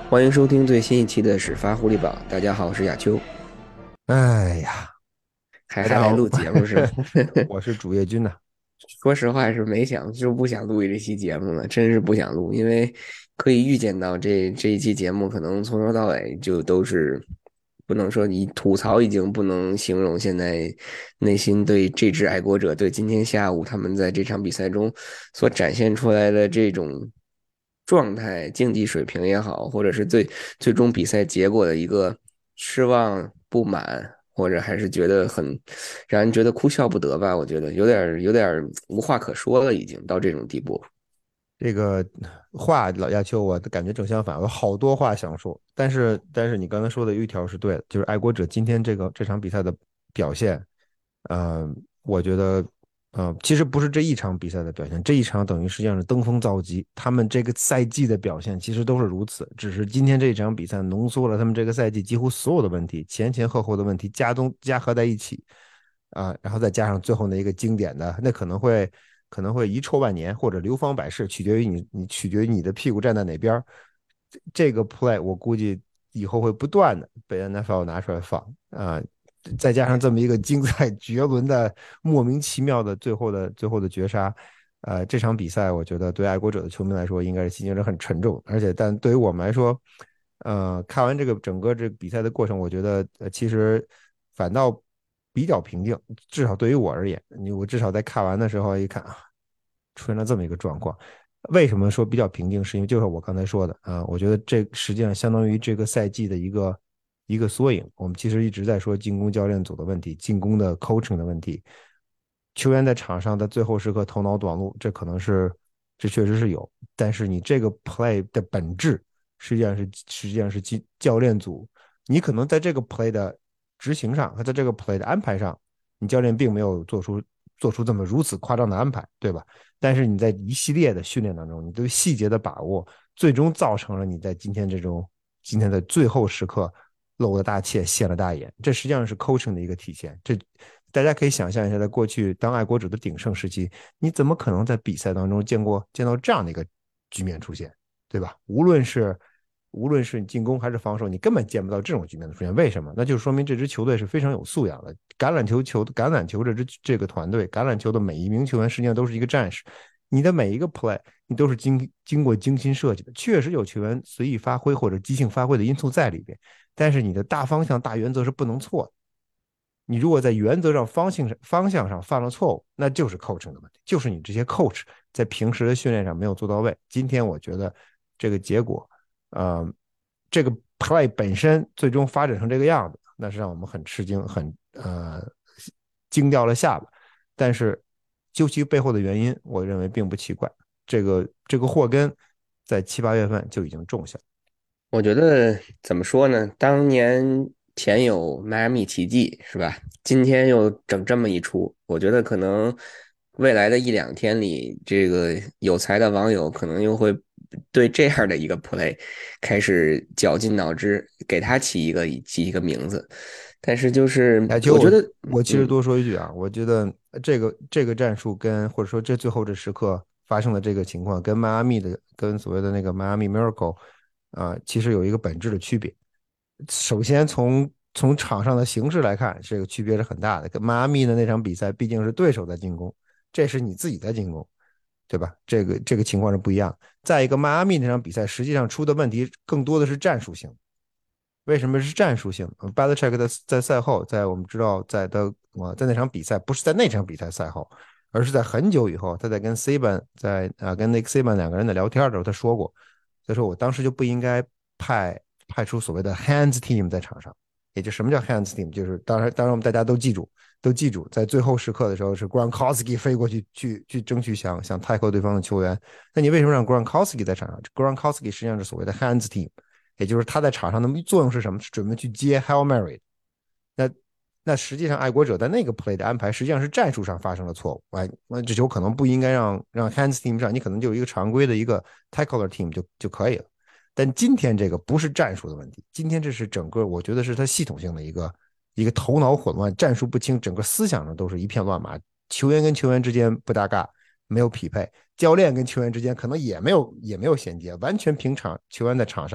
欢迎收听最新一期的始发狐狸堡。大家好，我是亚秋， 哎呀，大家好， 还来录节目是吗？ 我是主页君呐。 说实话是没想，就不想录这期节目了，真是不想录，因为可以预见到这一期节目可能从头到尾就都是不能说你吐槽，已经不能形容现在内心对这支爱国者对今天下午他们在这场比赛中所展现出来的这种状态、竞技水平也好，或者是最终比赛结果的一个失望、不满。或者还是觉得很让人觉得哭笑不得吧？我觉得有点无话可说了，已经到这种地步。 这个话，老亚秋，我的感觉正相反，我有好多话想说，但是你刚才说的有一条是对的，就是爱国者今天这场比赛的表现，我觉得，其实不是这一场比赛的表现，这一场等于实际上是登峰造极，他们这个赛季的表现其实都是如此，只是今天这场比赛浓缩了他们这个赛季几乎所有的问题，前前后后的问题加合在一起，然后再加上最后那一个经典的，那可能会遗臭万年或者流芳百世，取决于你的屁股站在哪边。这个 play 我估计以后会不断的被 NFL 拿出来放再加上这么一个精彩绝伦的莫名其妙的最后的绝杀，这场比赛我觉得对爱国者的球迷来说应该是心情是很沉重，而且但对于我们来说，看完整个这个比赛的过程，我觉得其实反倒比较平静，至少对于我而言，我至少在看完的时候一看啊，出现了这么一个状况。为什么说比较平静？是因为就是我刚才说的我觉得这实际上相当于这个赛季的一个缩影。我们其实一直在说进攻教练组的问题，进攻的 coaching 的问题，球员在场上的最后时刻头脑短路，这确实是有。但是你这个 play 的本质实际上是教练组，你可能在这个 play 的执行上和在这个 play 的安排上，你教练并没有做出这么如此夸张的安排，对吧？但是你在一系列的训练当中，你对细节的把握，最终造成了你在今天的最后时刻露了大怯、现了大眼。这实际上是 coaching 的一个体现。大家可以想象一下，在过去当爱国者的鼎盛时期，你怎么可能在比赛当中见到这样的一个局面出现，对吧？无论是你进攻还是防守，你根本见不到这种局面的出现。为什么？那就说明这支球队是非常有素养的。橄榄球这个团队，橄榄球的每一名球员实际上都是一个战士。你的每一个 play，你都是经过精心设计的。确实有球员随意发挥或者即兴发挥的因素在里边，但是你的大方向、大原则是不能错的。你如果在原则上、方向上犯了错误，那就是 coaching 的问题，就是你这些 coach 在平时的训练上没有做到位。今天我觉得这个结果，呃，这个 play 本身最终发展成这个样子，那是让我们很吃惊，惊掉了下巴。但是究其背后的原因，我认为并不奇怪。这个祸根在7、8月份就已经种下。 我觉得怎么说呢？当年前有迈阿密奇迹是吧？今天又整这么一出，我觉得可能未来的一两天里，这个有才的网友可能又会对这样的一个 play 开始绞尽脑汁，给他起一个名字。但是就是亚秋，我我觉得， 我其实嗯， 多说一句我觉得这个战术或者说这最后这时刻发生的这个情况，跟所谓的那个迈阿密 Miracle 其实有一个本质的区别。首先从场上的形式来看，这个区别是很大的。跟迈阿密的那场比赛毕竟是对手在进攻，这是你自己在进攻，对吧？这个情况是不一样。再一个，迈阿密那场比赛实际上出的问题更多的是战术性。为什么是战术性？Belichick 在赛后，在我们知道在那场比赛，不是在那场比赛赛后，而是在很久以后，他在跟 Saban 跟 Nick Saban 两个人在聊天的时候，他说过，他说我当时就不应该派出所谓的 hands team 在场上。也就什么叫 hands team，就是当然我们大家都记住，在最后时刻的时候是 Gronkowski 飞过去争取想 tackle 对方的球员。那你为什么让 Gronkowski 在场上？Gronkowski 实际上是所谓的 hands team，也就是他在场上的作用是什么？是准备去接 Hail Mary。那那实际上爱国者在那个 play 的安排，实际上是战术上发生了错误。那这球可能不应该让 hands team 上，你可能就有一个常规的一个 tackler team 就可以了。但今天这个不是战术的问题，今天这是整个我觉得是他系统性的一个头脑混乱、战术不清，整个思想上都是一片乱麻。球员跟球员之间不搭嘎，没有匹配；教练跟球员之间可能也没有衔接，完全平常。球员在场上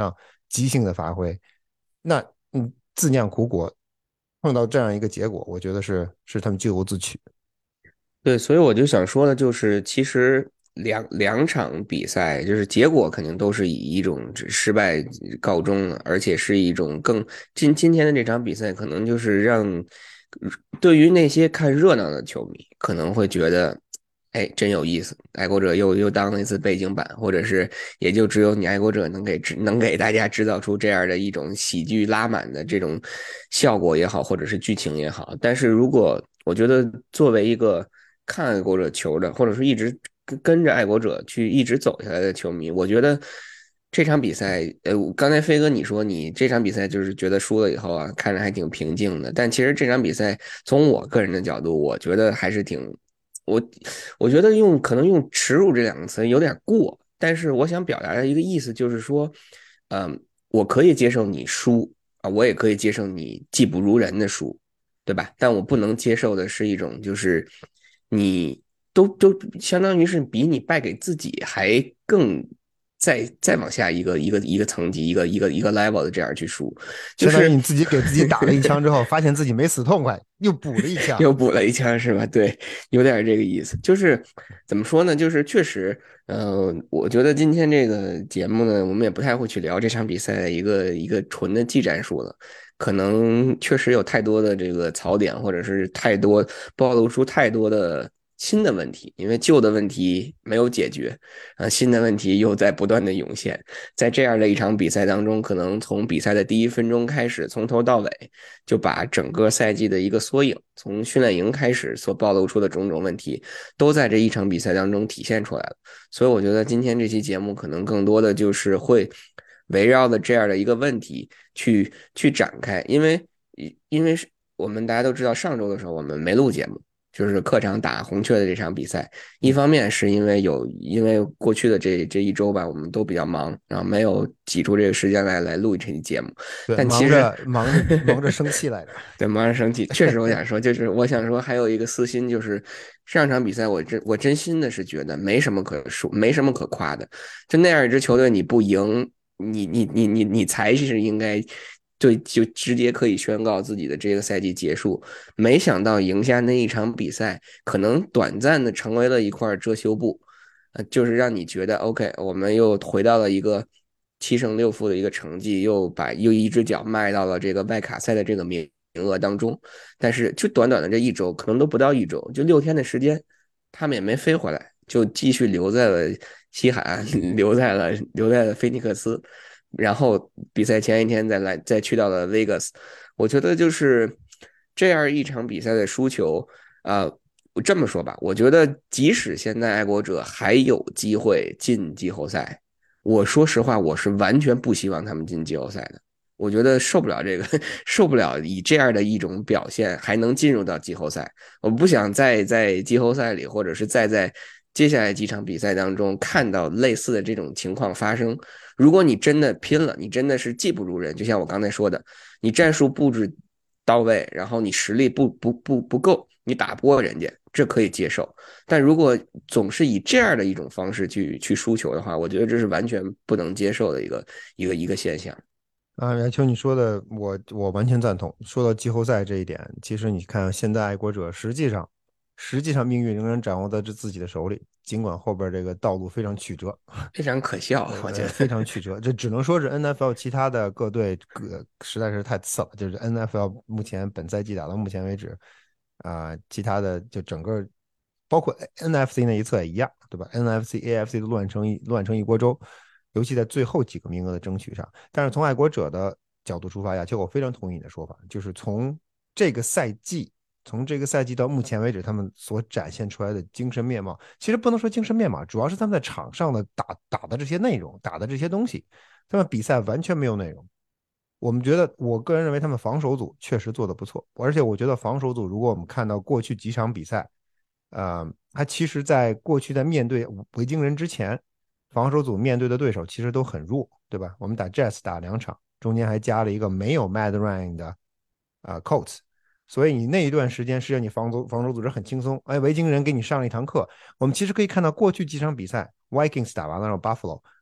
即兴的发挥，那自酿苦果，碰到这样一个结果，我觉得是他们咎由自取。 对，所以我就想说的，就是其实两场比赛，就是结果肯定都是以一种失败告终的，而且是一种更今天的这场比赛，可能就是让对于那些看热闹的球迷可能会觉得，哎，真有意思，爱国者又当了一次背景板，或者是也就只有你爱国者能给大家制造出这样的一种喜剧拉满的这种效果也好，或者是剧情也好，但是如果我觉得作为一个看爱国者球的，或者是一直跟着爱国者去一直走下来的球迷，我觉得这场比赛，刚才飞哥你说你这场比赛就是觉得输了以后啊，看着还挺平静的，但其实这场比赛从我个人的角度，我觉得还是挺，我我觉得可能用耻辱这两个词有点过，但是我想表达的一个意思就是说，我可以接受你输啊，我也可以接受你技不如人的输，对吧？但我不能接受的是一种就是你都相当于是比你败给自己还更再往下一个层级一个 level 的这样去输，就相当于是你自己给自己打了一枪之后，发现自己没死痛快，又补了一枪。 又补了一枪是吧？对，有点这个意思。就是怎么说呢？就是确实，我觉得今天这个节目呢，我们也不太会去聊这场比赛的一个纯的技战术了。可能确实有太多的这个槽点，或者是太多暴露出太多的新的问题，因为旧的问题没有解决，新的问题又在不断的涌现。在这样的一场比赛当中，可能从比赛的第1分钟开始，从头到尾。就把整个赛季的一个缩影，从训练营开始所暴露出的种种问题，都在这一场比赛当中体现出来了。所以我觉得今天这期节目可能更多的就是会围绕着这样的一个问题去展开，因为是我们大家都知道，上周的时候我们没录节目，就是客场打红雀的这场比赛。一方面是因为过去的这一周吧，我们都比较忙，然后没有挤出这个时间来录这期节目。 对， 但其实忙着生气来着。 对，马上生气。确实，我想说，就是我想说，还有一个私心，就是上场比赛，我真心的是觉得没什么可说，没什么可夸的。就那样一支球队，你不赢，你才是应该，对，就直接可以宣告自己的这个赛季结束。没想到赢下那一场比赛，可能短暂的成为了一块遮羞布，就是让你觉得 OK，我们又回到了一个7胜6负的一个成绩，又一只脚迈到了这个外卡赛的这个名额当中。但是就短短的这一周，可能都不到一周，就6天的时间，他们也没飞回来，就继续留在了西海岸，留在了菲尼克斯，然后比赛前一天再去到了 Vegas。我觉得就是这样一场比赛的输球，我这么说吧，我觉得即使现在爱国者还有机会进季后赛，我说实话，我是完全不希望他们进季后赛的。我觉得受不了这个，受不了以这样的一种表现还能进入到季后赛。我不想再在季后赛里，或者是再在接下来几场比赛当中看到类似的这种情况发生。如果你真的拼了，你真的是技不如人，就像我刚才说的，你战术布置到位，然后你实力不够，你打不过人家，这可以接受。但如果总是以这样的一种方式去输球的话，我觉得这是完全不能接受的一个现象。 啊，亚秋，你说的我完全赞同。说到季后赛这一点，其实你看现在爱国者实际上命运仍然掌握在这自己的手里，尽管后边这个道路非常曲折。 非常可笑，我觉非得。 常曲折，这只能说是 NFL 其他的各队实在是太次了。就是 NFL 目前本赛季打到目前为止，其他的就整个包括 NFC 那一侧也一样，对吧？NFC、AFC 都乱成一锅粥，尤其在最后几个名额的争取上。但是从爱国者的角度出发呀，其实我非常同意你的说法，就是这个赛季。从这个赛季到目前为止，他们所展现出来的精神面貌，其实不能说精神面貌，主要是他们在场上的打的这些内容，打的这些东西，他们比赛完全没有内容。我个人认为他们防守组确实做得不错，而且我觉得防守组，如果我们看到过去几场比赛，他其实在过去在面对维京人之前，防守组面对的对手其实都很弱，对吧？我们打 Jets 打2场，中间还加了一个没有 Matt Ryan 的Colts，所以你那一段时间，实际上你防守组织很轻松。哎，维京人给你上了一堂课。我们其实可以看到过去几场比赛，Vikings 打完了，然后 Buffalo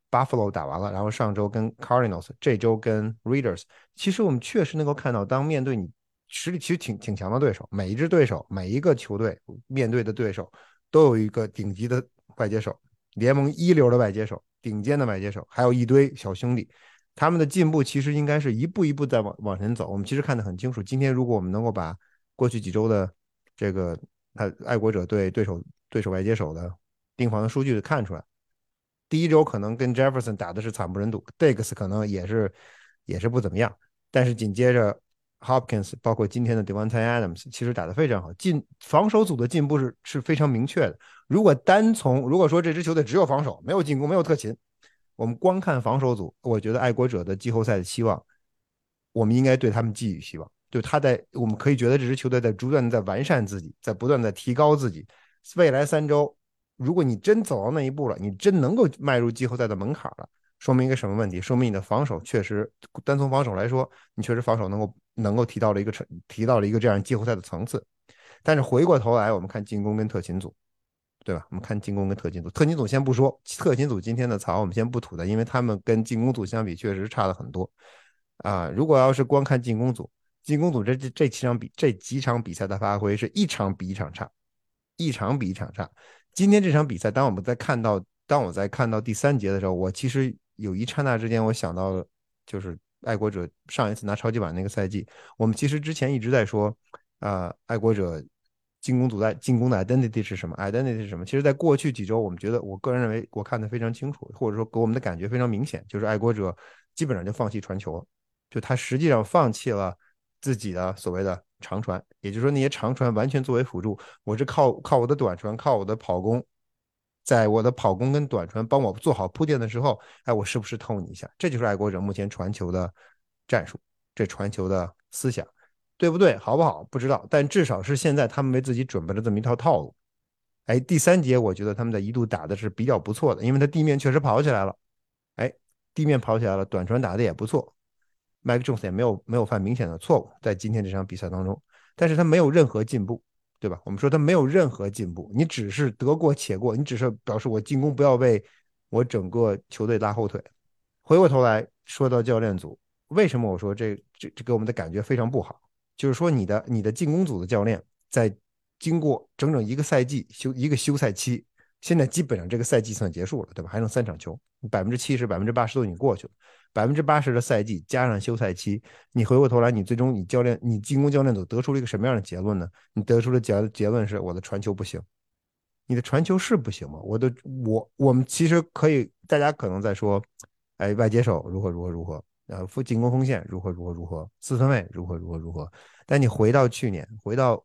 Buffalo 打完了，然后上周跟 Cardinals，这周跟 Raiders，其实我们确实能够看到，当面对你实力其实挺强的对手，每一支对手，每一个球队面对的对手都有一个顶级的外接手，联盟一流的外接手，顶尖的外接手，还有一堆小兄弟。他们的进步其实应该是一步一步在往前走。我们其实看得很清楚。今天如果我们能够把过去几周的这个爱国者对手外接手的盯防的数据看出来，第一周可能跟 Jefferson 打的是惨不忍睹，Diggs 可能也是不怎么样，但是紧接着 Hopkins 包括今天的 Devontae Adams 其实打得非常好，防守组的进步是非常明确的。如果说这支球队只有防守，没有进攻，没有特勤，我们光看防守组，我觉得爱国者的季后赛的期望，我们应该对他们寄予希望。就我们可以觉得这支球队在不断的在完善自己，在不断的提高自己。未来3周，如果你真走到那一步了，你真能够迈入季后赛的门槛了，说明一个什么问题？说明你的防守确实，单从防守来说，你确实防守能够提到了一个这样季后赛的层次。但是回过头来，我们看进攻跟特勤组，对吧？我们看进攻跟特勤组，特勤组先不说，特勤组今天的槽我们先不吐的，因为他们跟进攻组相比确实差了很多啊。如果要是光看进攻组，进攻组这几场比赛的发挥是一场比一场差，一场比一场差。今天这场比赛，当我在看到第3节的时候，我其实有一刹那之间，我想到了就是爱国者上一次拿超级碗那个赛季，我们其实之前一直在说爱国者进攻的 identity 是什么？identity 是什么？其实，在过去几周，我个人认为，我看得非常清楚，或者说给我们的感觉非常明显，就是爱国者基本上就放弃传球了，就他实际上放弃了自己的所谓的长传，也就是说那些长传完全作为辅助，我是靠我的短传，靠我的跑攻，在我的跑攻跟短传帮我做好铺垫的时候，哎，我是不是偷你一下？这就是爱国者目前传球的战术，这传球的思想。对不对？好不好？不知道，但至少是现在他们为自己准备了这么一套套路。哎，第3节我觉得他们在一度打的是比较不错的，因为他地面确实跑起来了。哎，地面跑起来了，短传打的也不错。Mike Jones 也没有犯明显的错误，在今天这场比赛当中，但是他没有任何进步，对吧？我们说他没有任何进步，你只是得过且过，你只是表示我进攻不要被我整个球队拉后腿。回过头来说到教练组，为什么我说这给我们的感觉非常不好？就是说你的进攻组的教练在经过整整一个赛季休赛期，现在基本上这个赛季算结束了，对吧？还剩3场球，70%、80%都已经过去了。80%的赛季加上休赛期，你回过头来，你最终你进攻教练组得出了一个什么样的结论呢？你得出的结论是我的传球不行，你的传球是不行吗？我们其实可以，大家可能在说，哎，外接手如何，进攻锋线如何，四分卫如何，但你回到去年，回到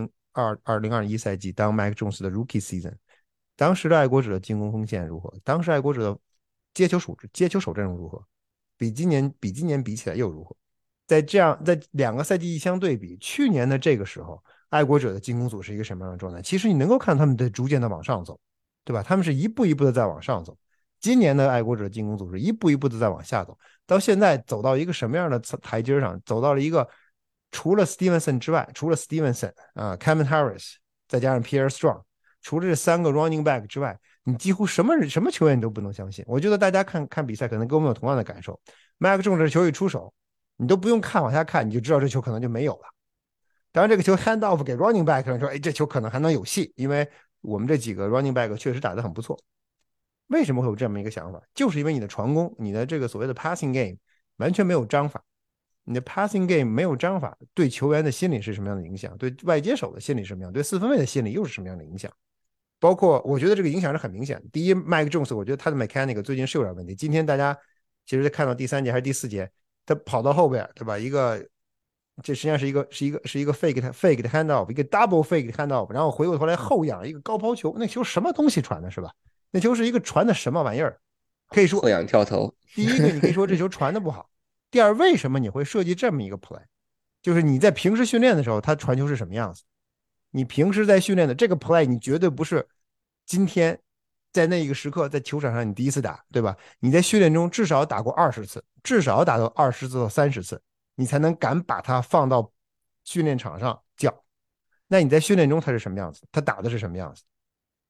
2021赛季，当 Mike Jones 的 Rookie Season，当时的爱国者的进攻锋线如何？当时爱国者的接球手阵容如何？比今年比起来又如何？在2个赛季一相对比，去年的这个时候，爱国者的进攻组是一个什么样的状态？其实你能够看他们在逐渐的往上走，对吧？他们是一步一步的在往上走。今年的爱国者进攻组是一步一步的在往下走，到现在走到一个什么样的台阶上？走到了一个除了 Stevenson 之外，除了 Stevenson Kevin Harris 再加上 Pierre Strong，除了这3个 running back 之外，你几乎什么球员你都不能相信。我觉得大家看看比赛可能跟我们有同样的感受。Mac Jones 球一出手，你都不用往下看，你就知道这球可能就没有了。当然，这个球 hand off 给 running back 说，哎，这球可能还能有戏，因为我们这几个 running back 确实打得很不错。为什么会有这么一个想法？就是因为你的传攻，你的这个所谓的 passing game 完全没有章法。你的 passing game 没有章法，对球员的心理是什么样的影响？对外接手的心理是什么样？对四分卫的心理又是什么样的影响？包括我觉得这个影响是很明显的。第一，Mike Jones，我觉得他的 mechanic 最近是有点问题。今天大家其实看到第3节还是第4节，他跑到后边，对吧？这实际上是一个 fake 的 handoff，一个 double fake 的 handoff，然后回过头来后仰一个高抛球，那球什么东西传的是吧？那球是一个传的什么玩意儿？可以说， 后仰跳投。 第一个你可以说这球传的不好，第二，为什么你会设计这么一个 play？就是你在平时训练的时候，他传球是什么样子？你平时在训练的这个 play，你绝对不是今天在那一个时刻在球场上你第一次打，对吧？你在训练中至少打过20次，至少打到20次到30次，你才能敢把它放到训练场上叫。那你在训练中他是什么样子？他打的是什么样子？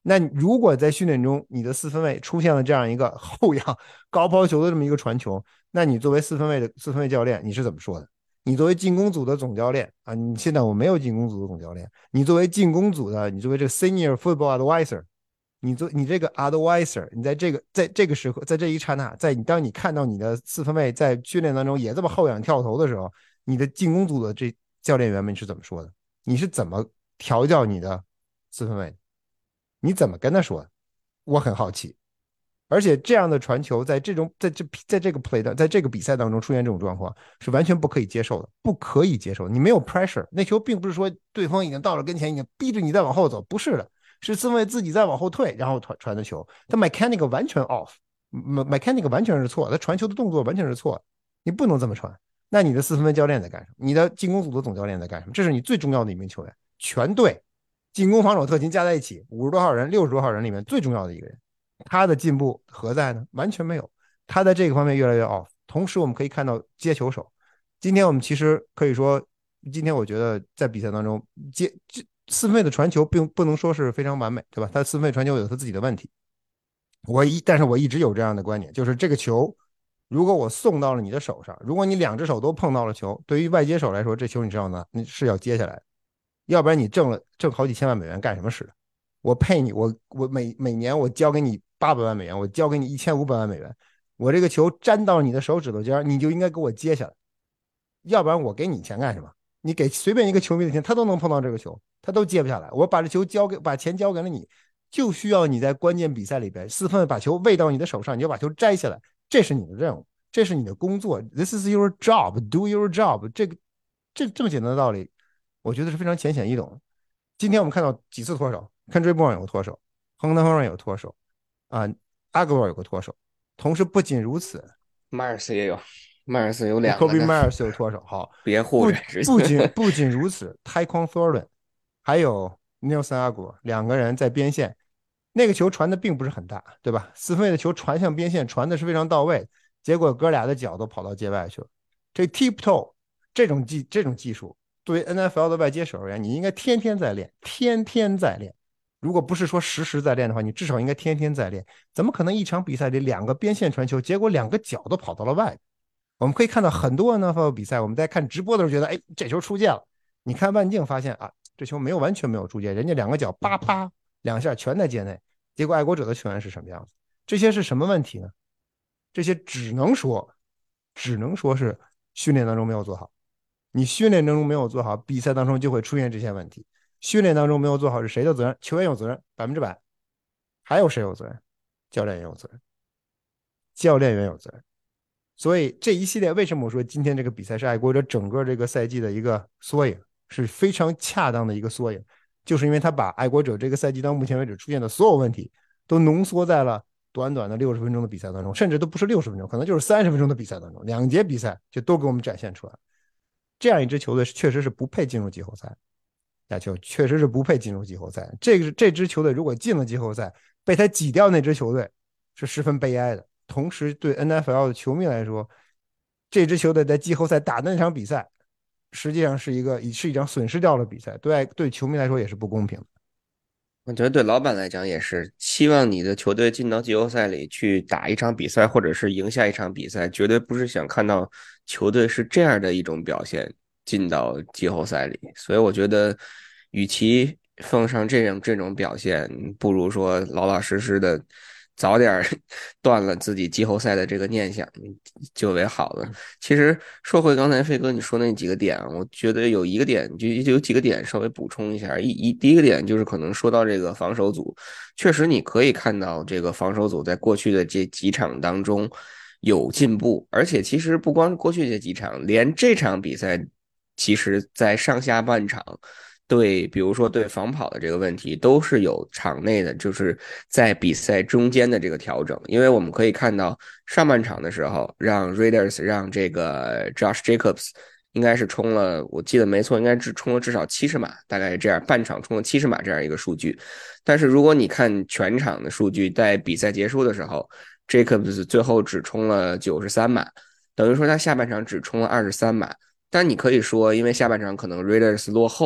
那如果在训练中你的四分卫出现了这样一个后仰高抛球的这么一个传球，那你作为四分卫教练，你是怎么说的？你作为进攻组的总教练啊，你现在我没有进攻组的总教练，你作为进攻组的，你作为这个 senior football advisor，你这个 advisor，你在这个时候，在这一刹那，当你看到你的四分卫在训练当中也这么后仰跳投的时候，你的进攻组的这教练员们是怎么说的？你是怎么调教你的四分卫？你怎么跟他说？我很好奇。而且这样的传球，在这个 play 的，在这个比赛当中出现这种状况，是完全不可以接受的，不可以接受。你没有 pressure，那球并不是说对方已经到了跟前，已经逼着你再往后走，不是的，是四位自己在往后退，然后传的球，他 mechanic 完全 off，mechanic 完全是错，他传球的动作完全是错，你不能这么传。那你的四分卫教练在干什么？你的进攻组的总教练在干什么？这是你最重要的一名球员，全队进攻、防守、特勤加在一起50多号人、60多号人里面最重要的一个人。他的进步何在呢？完全没有。他在这个方面越来越 off。同时，我们可以看到接球手。今天我们其实可以说，今天我觉得在比赛当中四分卫的传球并不能说是非常完美，对吧？他四分卫传球有他自己的问题。但是我一直有这样的观点，就是这个球如果我送到了你的手上，如果你两只手都碰到了球，对于外接手来说，这球你知道呢，你是要接下来的，要不然你挣好几千万美元干什么使的？我配你，我每年我交给你800万美元，我交给你1500万美元，我这个球粘到你的手指头尖，你就应该给我接下来，要不然我给你钱干什么？你给随便一个球迷的钱，他都能碰到这个球，他都接不下来。我把钱交给了你，就需要你在关键比赛里边四分把球喂到你的手上，你就把球摘下来，这是你的任务，这是你的工作。This is your job, do your job。这么简单的道理，我觉得是非常浅显易懂的。今天我们看到几次脱手 k e n d r i Bourne 有个脱手，亨登亨瑞有脱手，啊，阿格罗有个脱手。同时，不仅如此， 迈尔斯也有，迈尔斯有两个 Kobe 呢， Myers 有脱手。好， 别护不着，直接不仅如此 t y q u o n Thornton 还有 Nelson Aguilar 两个人在边线，那个球传的并不是很大，对吧？四分卫的球传向边线，传的是非常到位，结果哥俩的脚都跑到界外去了。这 tip toe 这种技术，对于 NFL 的外接手而言，你应该天天在练，天天在练。如果不是说时时在练的话，你至少应该天天在练。怎么可能一场比赛里两个边线传球，结果两个脚都跑到了外？我们可以看到很多 NFL 比赛，我们在看直播的时候觉得，哎，这球出界了。你看万镜发现啊，这球完全没有出界，人家两个脚叭叭两下全在界内。结果爱国者的球员是什么样子？这些是什么问题呢？这些只能说是训练当中没有做好。你训练当中没有做好，比赛当中就会出现这些问题。训练当中没有做好是谁的责任？球员有责任100%，还有谁有责任？教练员有责任，教练员有责任。所以这一系列为什么我说今天这个比赛是爱国者整个这个赛季的一个缩影，是非常恰当的一个缩影，就是因为他把爱国者这个赛季到目前为止出现的所有问题都浓缩在了短短的60分钟的比赛当中，甚至都不是60分钟，可能就是30分钟的比赛当中，两节比赛就都给我们展现出来。这样一支球队确实是不配进入季后赛，亚球确实是不配进入季后赛。这支球队如果进了季后赛，被他挤掉那支球队是十分悲哀的。同时，对 NFL 的球迷来说，这支球队在季后赛打的那场比赛，实际上是一场损失掉的比赛，对球迷来说也是不公平的。 我觉得对老板来讲也是，希望你的球队进到季后赛里去打一场比赛，或者是赢下一场比赛，绝对不是想看到球队是这样的一种表现进到季后赛里。所以我觉得，与其奉上这种表现，不如说老老实实的早点断了自己季后赛的这个念想就为好了。其实说回刚才飞哥你说那几个点啊，我觉得有一个点就有几个点稍微补充一下。第一个点就是可能说到这个防守组，确实你可以看到这个防守组在过去的这几场当中有进步，而且其实不光过去这几场，连这场比赛，其实在上下半场。对，比如说对防跑的这个问题，都是有场内的，就是在比赛中间的这个调整。因为我们可以看到上半场的时候，让 Raiders 让这个 Josh Jacobs 应该是冲了，我记得没错，应该是冲了至少70码，大概这样，半场冲了70码这样一个数据。但是如果你看全场的数据，在比赛结束的时候，Jacobs 最后只冲了93码，等于说他下半场只冲了23码。但你可以说，因为下半场可能 Raiders 落后。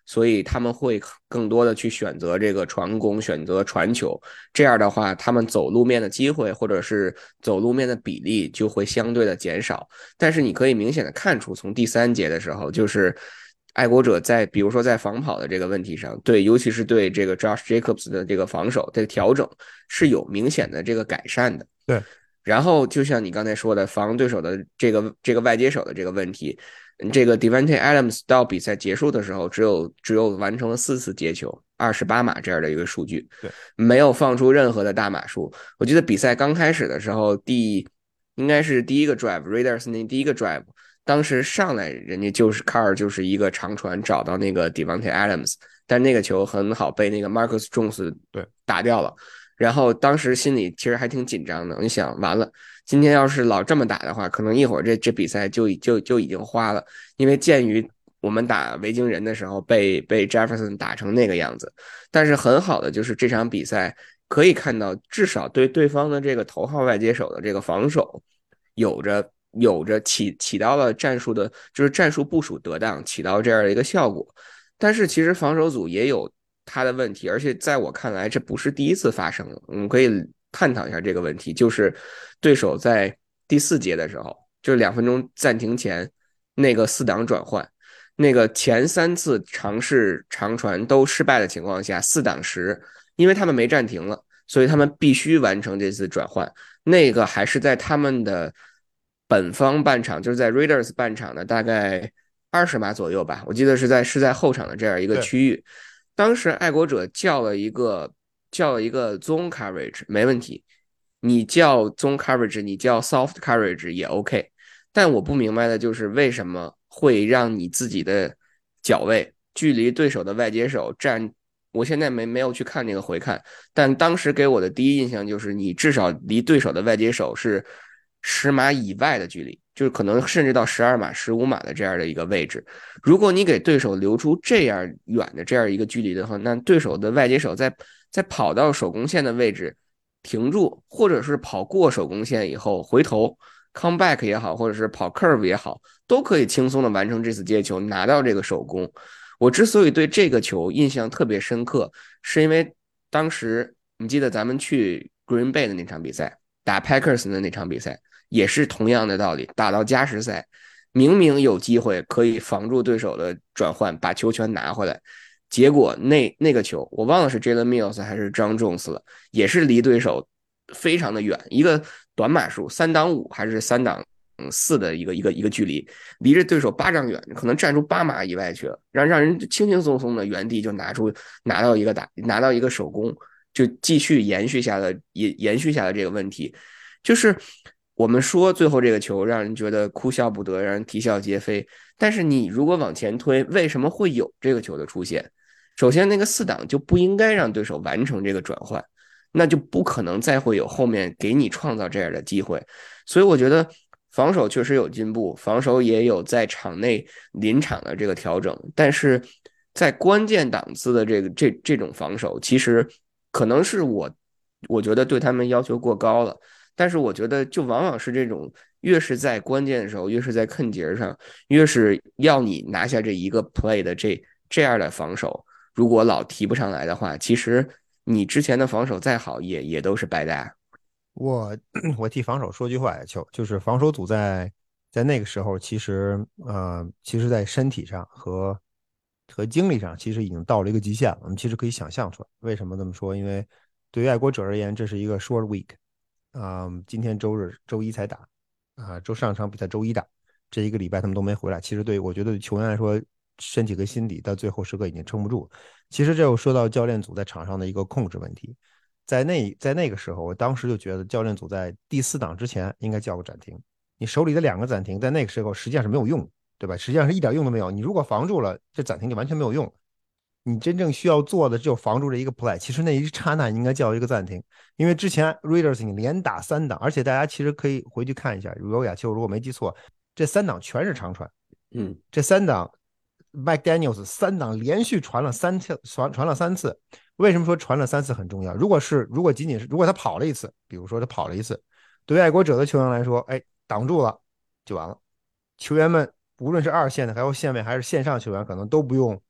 所以他们会更多的去选择这个传攻，选择传球。这样的话，他们走路面的机会或者是走路面的比例就会相对的减少。但是你可以明显的看出，从第三节的时候，就是爱国者在比如说在防跑的这个问题上，对，尤其是对这个 Josh Jacobs 的这个防守这个调整是有明显的这个改善的。 对， 然后就像你刚才说的，防对手的这个外接手的这个问题，这个 Devante Adams 到比赛结束的时候，只有完成了4次接球，28码这样的一个数据， 对， 没有放出任何的大码数。我记得比赛刚开始的时候，应该是第一个 drive，Raiders 那第一个 drive，当时上来人家就是 Carr 就是一个长传找到那个 Devante Adams，但那个球很好被那个 Marcus Jones 对， 打掉了。然后当时心里其实还挺紧张的，你想完了，今天要是老这么打的话，可能一会儿这比赛就已经花了，因为鉴于我们打维京人的时候被 Jefferson 打成那个样子，但是很好的就是这场比赛可以看到，至少对对方的这个头号外接手的这个防守有着起到了战术的，就是战术部署得当，起到这样的一个效果。但是其实防守组也有他的问题，而且在我看来，这不是第一次发生了。我们可以探讨一下这个问题，就是对手在第4节的时候，就是2分钟暂停前那个4档转换，那个前3次尝试长传都失败的情况下，4档10，因为他们没暂停了，所以他们必须完成这次转换。那个还是在他们的本方半场，就是在 Raiders 半场的大概20码左右吧，我记得是在后场的这样一个对， 区域。当时爱国者叫了一个 zone coverage 没问题，你叫 zone coverage，你叫 soft coverage 也 OK。但我不明白的就是为什么会让你自己的脚位距离对手的外接手站。我现在没有去看那个回看，但当时给我的第一印象就是你至少离对手的外接手是10码以外的距离，就是可能甚至到12码、15码的这样的一个位置。如果你给对手留出这样远的这样一个距离的话，那对手的外接手在跑到手工线的位置停住，或者是跑过手工线以后回头 come back 也好，或者是跑 curve 也好，都可以轻松的完成这次接球，拿到这个手工。我之所以对这个球印象特别深刻，是因为当时你记得咱们去 Green Bay 的那场比赛，打 Packers 的那场比赛，也是同样的道理，打到加时赛，明明有机会可以防住对手的转换，把球权拿回来，结果那个球我忘了是 Jalen Mills 还是 John Jones 了，也是离对手非常的远，一个短码数3档5还是3档4的一个距离，离着对手8丈远，可能站出8码以外去了，让人轻轻松松的原地就拿到一个手工，就继续延续下了这个问题，就是我们说最后这个球让人觉得哭笑不得，让人啼笑皆非。但是你如果往前推，为什么会有这个球的出现？首先，那个4档就不应该让对手完成这个转换，那就不可能再会有后面给你创造这样的机会。所以我觉得防守确实有进步，防守也有在场内临场的这个调整，但是在关键档次的这种防守，其实可能是我觉得对他们要求过高了。但是我觉得，就往往是这种，越是在关键的时候，越是在坑节上，越是要你拿下这一个 play 的这样的防守，如果老提不上来的话，其实你之前的防守再好，也都是白搭。 我我替防守说句话，就是防守组在那个时候，其实在身体上和精力上，其实已经到了一个极限了。我们其实可以想象出来，为什么这么说？因为对于爱国者而言，这是一个 short week，今天周日、周一才打，上场比赛周一打，这一个礼拜他们都没回来。其实我觉得对球员来说，身体和心理到最后时刻已经撑不住了。其实这又说到教练组在场上的一个控制问题。在那个时候，我当时就觉得教练组在第4档之前应该叫个暂停。你手里的2个暂停，在那个时候实际上是没有用的，对吧？实际上是一点用都没有。你如果防住了，这暂停就完全没有用。你真正需要做的只有防住这一个 play。其实那一刹那应该叫一个暂停，因为之前 Raiders 你连打3档，而且大家其实可以回去看一下，有亚秋如果没记错，这3档全是长传。 嗯这3档 Mike Daniels 3档连续传了3次，传了3次。为什么说传了3次很重要？如果他跑了一次，比如说他跑了一次，对于爱国者的球员来说，哎，挡住了就完了。球员们无论是二线的，还有线位，还是线上球员，可能都不用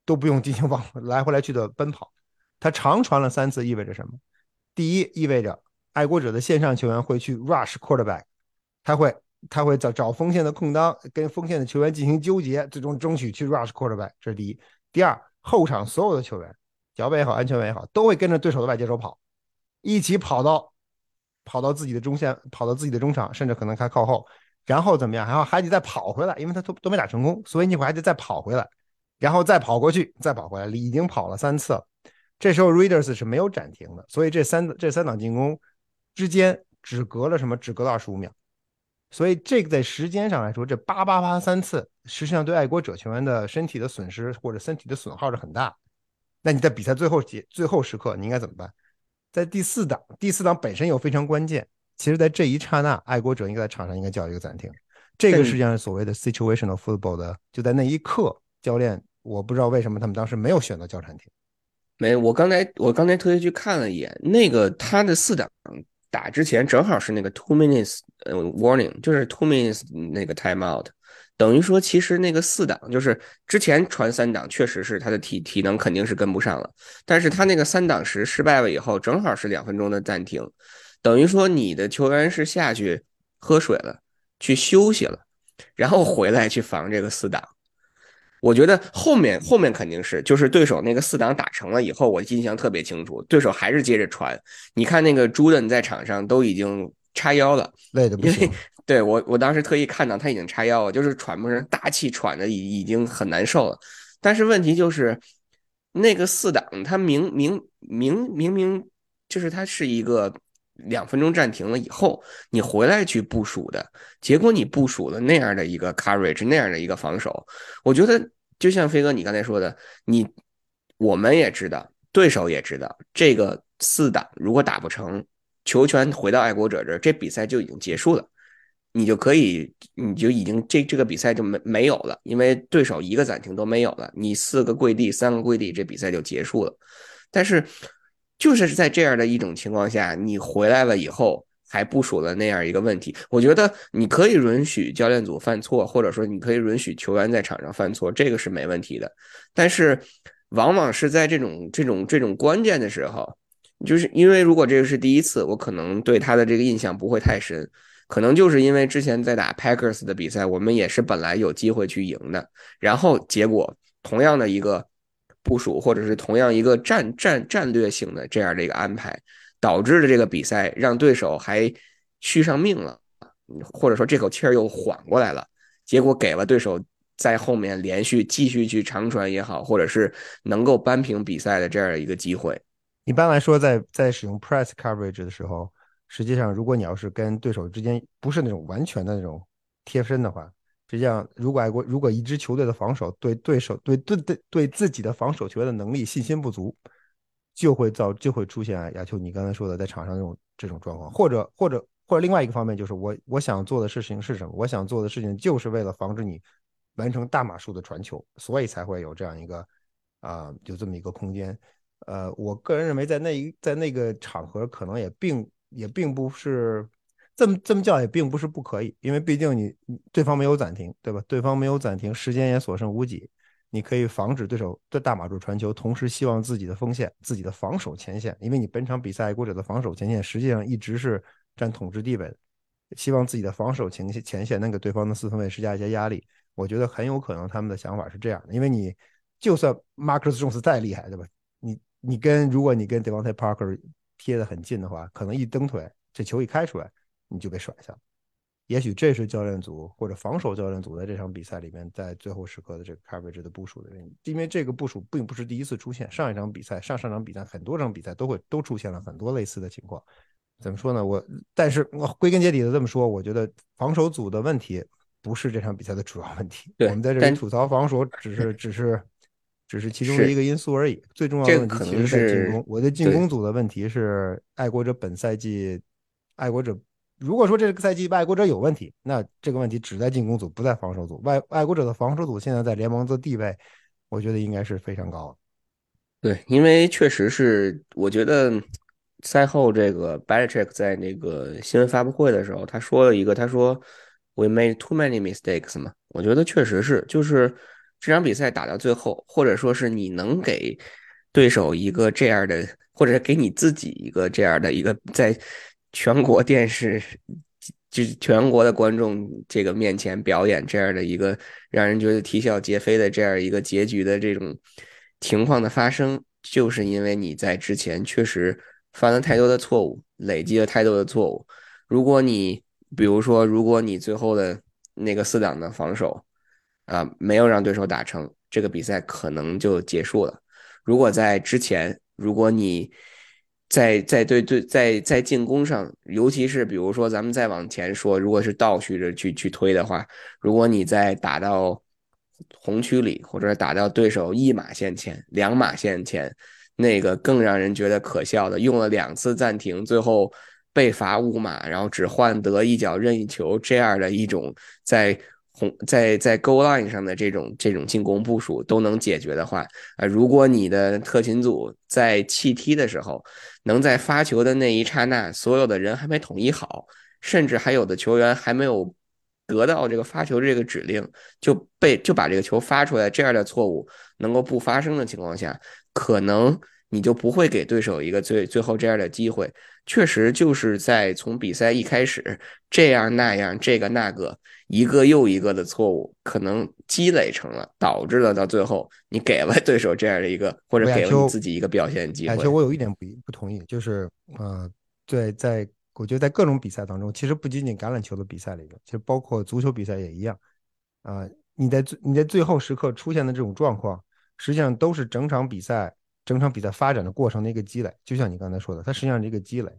都不用进行来回来去的奔跑。他长传了3次，意味着什么？第一，意味着爱国者的线上球员会去 rush quarterback，他会找锋线的空当，跟锋线的球员进行纠结，最终争取去 rush quarterback，这是第一。第二，后场所有的球员，脚背也好，安全员也好，都会跟着对手的外接手跑，一起跑到自己的中线，跑到自己的中场，甚至可能还靠后，然后怎么样？还得再跑回来，因为他都没打成功，所以你还得再跑回来，然后再跑过去，再跑回来，已经跑了3次了。这时候 Raiders 是没有暂停的，所以这三档进攻之间只隔了什么？只隔了25秒。所以这个在时间上来说，这888 3次，实际上对爱国者球员的身体的损失或者身体的损耗是很大。那你在比赛最后时刻，你应该怎么办？在第四档本身又非常关键。其实，在这一刹那，爱国者应该在场上应该叫一个暂停。这个实际但上是所谓的 situational football 的，就在那一刻，教练我不知道为什么他们当时没有选择叫暂停。 没，我刚才特意去看了一眼，那个他的四档打之前正好是那个 2 minutes warning，就是 2 minutes 那个 timeout，等于说其实那个四档就是之前传3档确实是他的体能肯定是跟不上了，但是他那个3档时失败了以后，正好是2分钟的暂停，等于说你的球员是下去喝水了，去休息了，然后回来去防这个四档。我觉得后面肯定是，就是对手那个4档打成了以后，我印象特别清楚，对手还是接着传。你看那个朱 u 在场上都已经叉腰了，因为累的不行。 对我当时特意看到他已经叉腰了，就是喘不上大气，喘的已经很难受了。但是问题就是那个4档，他明明就是他是一个2分钟暂停了以后，你回来去部署的，结果你部署了那样的一个 coverage，那样的一个防守。我觉得就像飞哥你刚才说的，我们也知道，对手也知道，这个4档如果打不成，球权回到爱国者这儿，这比赛就已经结束了。你就已经这个比赛就没有了，因为对手一个暂停都没有了，你4个跪地3个跪地，这比赛就结束了。但是就是在这样的一种情况下，你回来了以后，还部署了那样一个问题，我觉得你可以允许教练组犯错，或者说你可以允许球员在场上犯错，这个是没问题的。但是往往是在这种关键的时候，就是因为如果这个是第一次，我可能对他的这个印象不会太深，可能就是因为之前在打 Packers 的比赛，我们也是本来有机会去赢的，然后结果同样的一个部署，或者是同样一个战略性的这样的一个安排，导致的这个比赛让对手还续上命了，或者说这口气儿又缓过来了，结果给了对手在后面连续继续去长传也好，或者是能够扳平比赛的这样一个机会。 一般来说在使用 press coverage 的时候，实际上如果你要是跟对手之间不是那种完全的那种贴身的话，实际上如果一支球队的防守对对手对自己的防守球员的能力信心不足，就会出现亚秋你刚才说的在场上这种状况，或者另外一个方面就是我想做的事情是什么？我想做的事情就是为了防止你完成大码数的传球，所以才会有这样一个就这么一个空间。我个人认为在那个场合可能也并不是这么叫也并不是不可以，因为毕竟对方没有暂停，对吧？对方没有暂停，时间也所剩无几，你可以防止对手的大码数传球，同时希望自己的锋线、自己的防守前线，因为你本场比赛爱国者的防守前线实际上一直是占统治地位的，希望自己的防守前线能给对方的四分卫施加一些压力。我觉得很有可能他们的想法是这样的，因为你就算 Marcus Jones 再厉害，对吧？如果你跟 Devontae Parker 贴得很近的话，可能一蹬腿，这球一开出来，你就被甩下了。也许这是教练组或者防守教练组在这场比赛里面在最后时刻的这个 coverage 的部署的原因，因为这个部署并不是第一次出现，上一场比赛、上场比赛很多场比赛都出现了很多类似的情况。怎么说呢？但是我归根结底的这么说，我觉得防守组的问题不是这场比赛的主要问题。我对， 们在这里但吐槽防守，只是其中的一个是因素而已。最重要的这个可能问题其实在进攻。 是我的进对。 攻组的问题是，爱国者本赛季，爱国者如果说这个赛季爱国者有问题，那这个问题只在进攻组，不在防守组。爱国者的防守组现在在联盟的地位，我觉得应该是非常高的。 对，因为确实是，我觉得赛后这个 Belichick 在那个新闻发布会的时候，他说了一个，他说 "We made too many mistakes" 嘛，我觉得确实是，就是这场比赛打到最后，或者说是你能给对手一个这样的，或者给你自己一个这样的一个在全国电视。就是全国的观众这个面前表演这样的一个让人觉得啼笑皆非的这样一个结局的这种情况的发生，就是因为你在之前确实犯了太多的错误，累积了太多的错误。如果你比如说，如果你最后的那个四档的防守没有让对手打成，这个比赛可能就结束了。如果在之前，如果你在进攻上，尤其是比如说咱们再往前说，如果是倒叙着去推的话，如果你在打到红区里，或者打到对手一码线前、两码线前，那个更让人觉得可笑的，用了2次暂停，最后被罚5码，然后只换得一脚任意球这样的一种在在 goal line 上的这种进攻部署都能解决的话，如果你的特勤组在弃踢的时候，能在发球的那一刹那，所有的人还没统一好，甚至还有的球员还没有得到这个发球这个指令，就把这个球发出来，这样的错误能够不发生的情况下，可能你就不会给对手一个最后这样的机会。确实就是在从比赛一开始这样那样这个那个一个又一个的错误，可能积累成了，导致了到最后你给了对手这样的一个，或者给了你亚秋自己一个表现机亚秋， 会。 我有一点不同意，就是对，我觉得在各种比赛当中，其实不仅仅橄榄球的比赛里面，其实包括足球比赛也一样你在最后时刻出现的这种状况，实际上都是整场比赛发展的过程的一个积累。就像你刚才说的，它实际上是一个积累。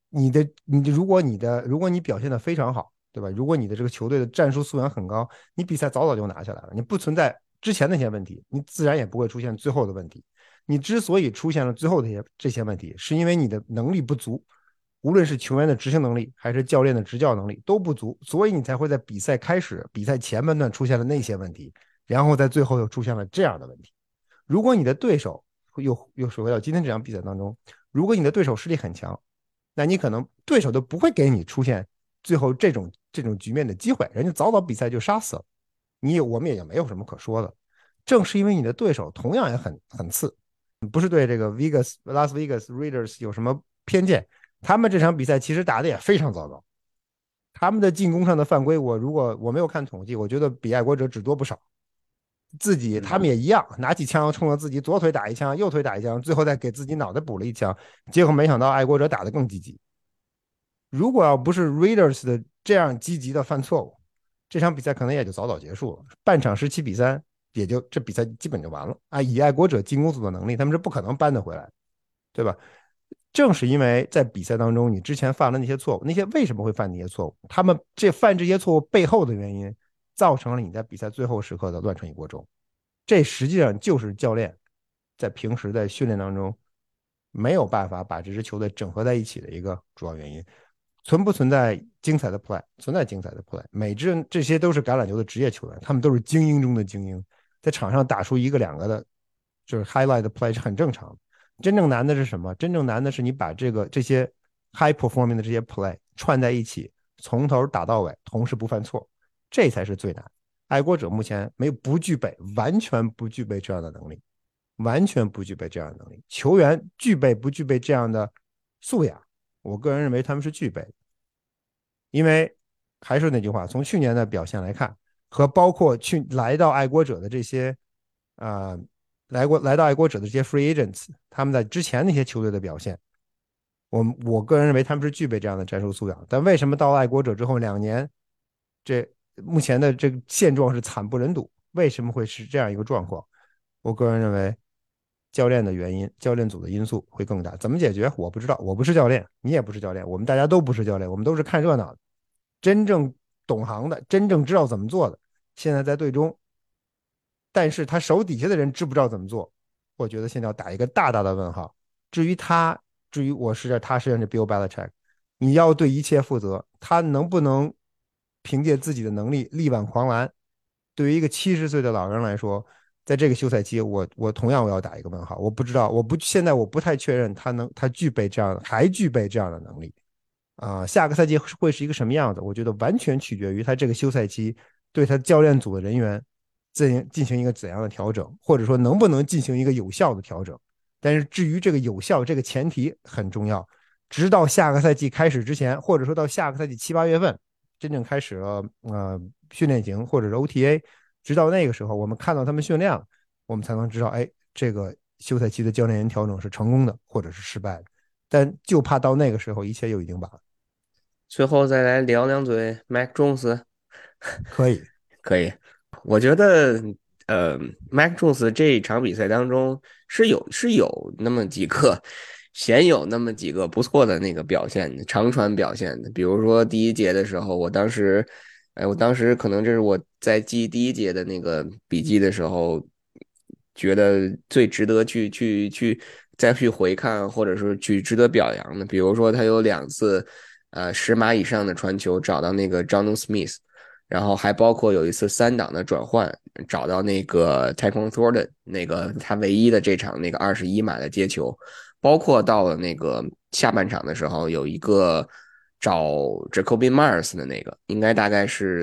如果你表现的非常好，对吧？如果你的这个球队的战术素养很高，你比赛早早就拿下来了，你不存在之前那些问题，你自然也不会出现最后的问题。你之所以出现了最后的这些问题，是因为你的能力不足，无论是球员的执行能力还是教练的执教能力都不足，所以你才会在比赛开始、比赛前半段出现了那些问题，然后在最后又出现了这样的问题。如果你的对手又说回到今天这场比赛当中，如果你的对手实力很强，那你可能对手都不会给你出现最后这种局面的机会，人家早早比赛就杀死了，我们也就没有什么可说的。正是因为你的对手同样也很次，不是对这个 Las Vegas Raiders 有什么偏见，他们这场比赛其实打的也非常糟糕，他们的进攻上的犯规，如果我没有看统计，我觉得比爱国者只多不少。他们嗯， 也一样，拿起枪冲着自己左腿打一枪，右腿打一枪，最后再给自己脑袋补了一枪，结果没想到爱国者打得更积极。如果要不是 Raiders 的这样积极的犯错误，这场比赛可能也就早早结束了。半场17-3，这比赛基本就完了啊！以爱国者进攻组的能力，他们是不可能扳得回来，对吧？正是因为在比赛当中你之前犯了那些错误，那些为什么会犯那些错误？他们犯这些错误背后的原因，造成了你在比赛最后时刻的乱成一锅粥。这实际上就是教练在平时在训练当中没有办法把这支球队整合在一起的一个主要原因。存不存在精彩的 play？存在精彩的 play。每支人这些都是橄榄球的职业球员，他们都是精英中的精英，在场上打出一个两个的，就是 highlight 的 play 是很正常的。真正难的是什么？真正难的是你把这些 high performing 的这些 play 串在一起，从头打到尾，同时不犯错，这才是最难。爱国者目前不具备，完全不具备这样的能力，完全不具备这样的能力。球员不具备这样的素养？我个人认为他们是具备的，因为还是那句话，从去年的表现来看，和包括来到爱国者的这些啊、呃来到爱国者的这些 free agents，他们在之前那些球队的表现，我个人认为他们是具备这样的战术素养。但为什么到了爱国者之后2年，这目前的这个现状是惨不忍睹？为什么会是这样一个状况？我个人认为，教练的原因，教练组的因素会更大。怎么解决？我不知道，我不是教练，你也不是教练，我们大家都不是教练，我们都是看热闹的。真正懂行的，真正知道怎么做的，现在在队中，但是他手底下的人知不知道怎么做？我觉得现在要打一个大大的问号。至于他，至于我是他实际上是 Bill Belichick，你要对一切负责，他能不能凭借自己的能力力挽狂澜？对于一个70岁的老人来说，在这个休赛期，我同样要打一个问号。我不知道，现在我不太确认他还具备这样的能力下个赛季会是一个什么样子？我觉得完全取决于他这个休赛期对他教练组的人员进行一个怎样的调整，或者说能不能进行一个有效的调整。但是至于这个有效，这个前提很重要。直到下个赛季开始之前，或者说到下个赛季7、8月份真正开始了训练营或者是 OTA，直到那个时候我们看到他们训练了，我们才能知道，哎，这个休赛期的教练员调整是成功的或者是失败的。但就怕到那个时候一切又已经晚了。 最后再来聊两嘴 Mac Jones。 可以。 可以，我觉得Mac Jones 这一场比赛当中是有那么几个鲜有那么几个不错的那个表现的长传表现的，比如说第一节的时候，我当时可能这是我在记第一节的那个笔记的时候，觉得最值得去再去回看，或者是去值得表扬的，比如说他有2次10码以上的传球找到那个 John Smith。然后还包括有一次3档的转换，找到那个 Tyquan Thornton 那个他唯一的这场那个21码的接球，包括到了那个下半场的时候，有一个找 Jacoby Myers 的那个，应该大概是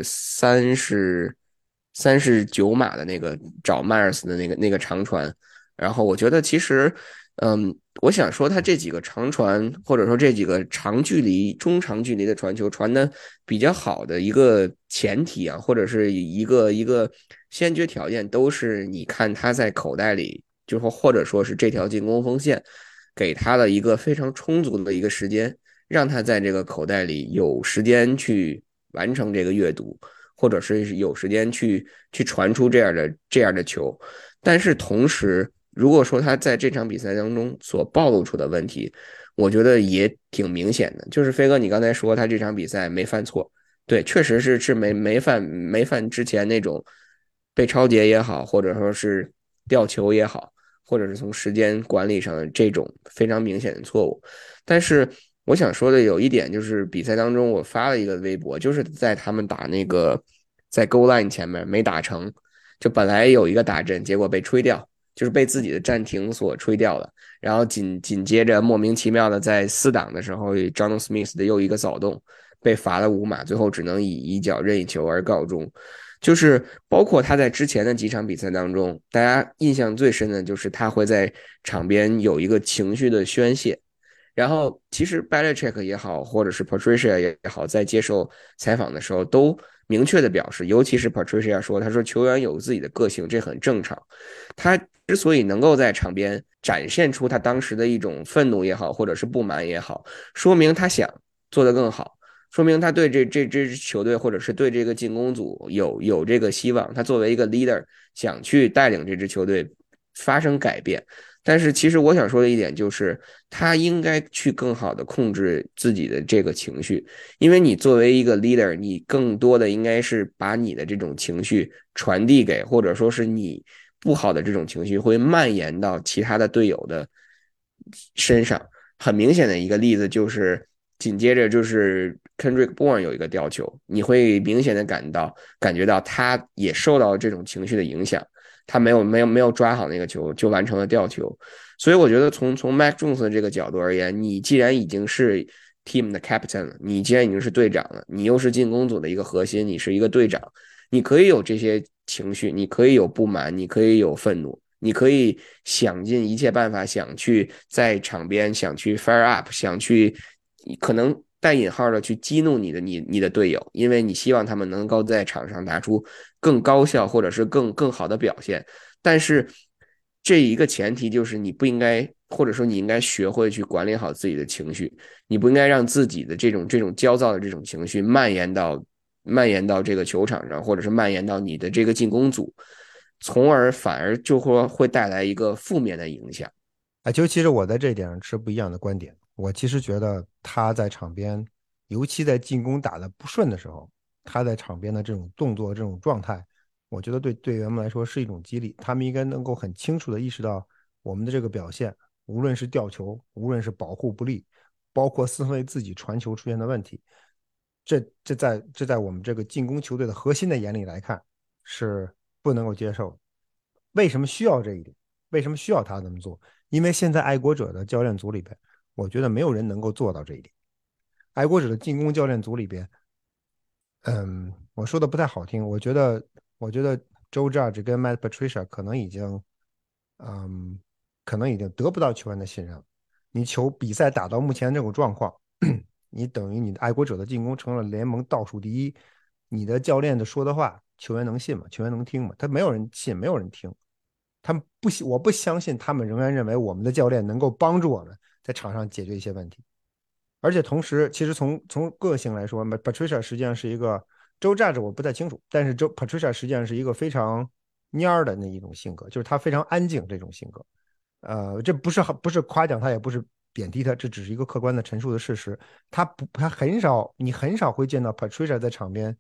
39码的那个找 Myers 的那个长传，然后我觉得其实。我想说，他这几个长传，或者说这几个长距离、中长距离的传球传的比较好的一个前提啊，或者是一个先决条件，都是你看他在口袋里，就说或者说是这条进攻锋线给他的一个非常充足的一个时间，让他在这个口袋里有时间去完成这个阅读，或者是有时间去传出这样的球。但是同时，如果说他在这场比赛当中所暴露出的问题，我觉得也挺明显的。就是飞哥，你刚才说他这场比赛没犯错，对，确实是没犯之前那种被超节也好，或者说是掉球也好，或者是从时间管理上的这种非常明显的错误。但是我想说的有一点就是，比赛当中我发了一个微博，就是在他们打那个在 goal line 前面没打成，就本来有一个打阵，结果被吹掉，就是被自己的暂停所吹掉了。然后紧接着莫名其妙的在4档的时候，John Smith 的又一个扫动，被罚了5码，最后只能以一脚任意球而告终。就是包括他在之前的几场比赛当中，大家印象最深的就是他会在场边有一个情绪的宣泄。然后其实 Belichick 也好，或者是 Patricia 也好，在接受采访的时候都明确的表示，尤其是 Patricia 说，他说球员有自己的个性，这很正常。他之所以能够在场边展现出他当时的一种愤怒也好，或者是不满也好，说明他想做得更好，说明他对这支球队或者是对这个进攻组有这个希望。他作为一个 leader，想去带领这支球队发生改变。但是其实我想说的一点就是，他应该去更好的控制自己的这个情绪，因为你作为一个 leader，你更多的应该是把你的这种情绪传递给，或者说是你不好的这种情绪会蔓延到其他的队友的身上。很明显的一个例子就是，紧接着就是 Kendrick Bourne 有一个吊球，你会明显的感觉到他也受到这种情绪的影响。他没有抓好那个球，就完成了吊球。所以我觉得从 Mac Jones 的这个角度而言，你既然已经是 team 的 captain 了，你既然已经是队长了，你又是进攻组的一个核心，你是一个队长，你可以有这些情绪，你可以有不满，你可以有愤怒，你可以想尽一切办法想去在场边想去 fire up，想去可能带引号的去激怒你的队友，因为你希望他们能够在场上拿出更高效或者是更好的表现。但是这一个前提就是你不应该，或者说你应该学会去管理好自己的情绪，你不应该让自己的这种焦躁的这种情绪蔓延到这个球场上，或者是蔓延到你的这个进攻组，从而反而就会带来一个负面的影响。 就其实我在这一点上持不一样的观点。我其实觉得他在场边，尤其在进攻打得不顺的时候，他在场边的这种动作、这种状态，我觉得对队员们来说是一种激励。他们应该能够很清楚地意识到我们的这个表现，无论是吊球，无论是保护不利，包括四分卫自己传球出现的问题，这在我们这个进攻球队的核心的眼里来看是不能够接受的。为什么需要这一点？为什么需要他这么做？因为现在爱国者的教练组里边，我觉得没有人能够做到这一点。爱国者的进攻教练组里边，我说的不太好听，我觉得 Joe Judge 跟 Matt Patricia 嗯，可能已经得不到球员的信任了。你比赛打到目前这种状况，你等于你的爱国者的进攻成了联盟倒数第一，你的教练的说的话，球员能信吗？球员能听吗？他没有人信，没有人听。他们不，我不相信他们仍然认为我们的教练能够帮助我们在场上解决一些问题。而且同时，其实从个性来说，Patricia 实际上是一个周 Judge 我不太清楚，但是Patricia 实际上是一个非常蔫的那一种性格，就是他非常安静这种性格。这不是夸奖他，也不是贬低他，这只是一个客观的陈述的事实。他很少，你很少会见到 Patricia 在场边，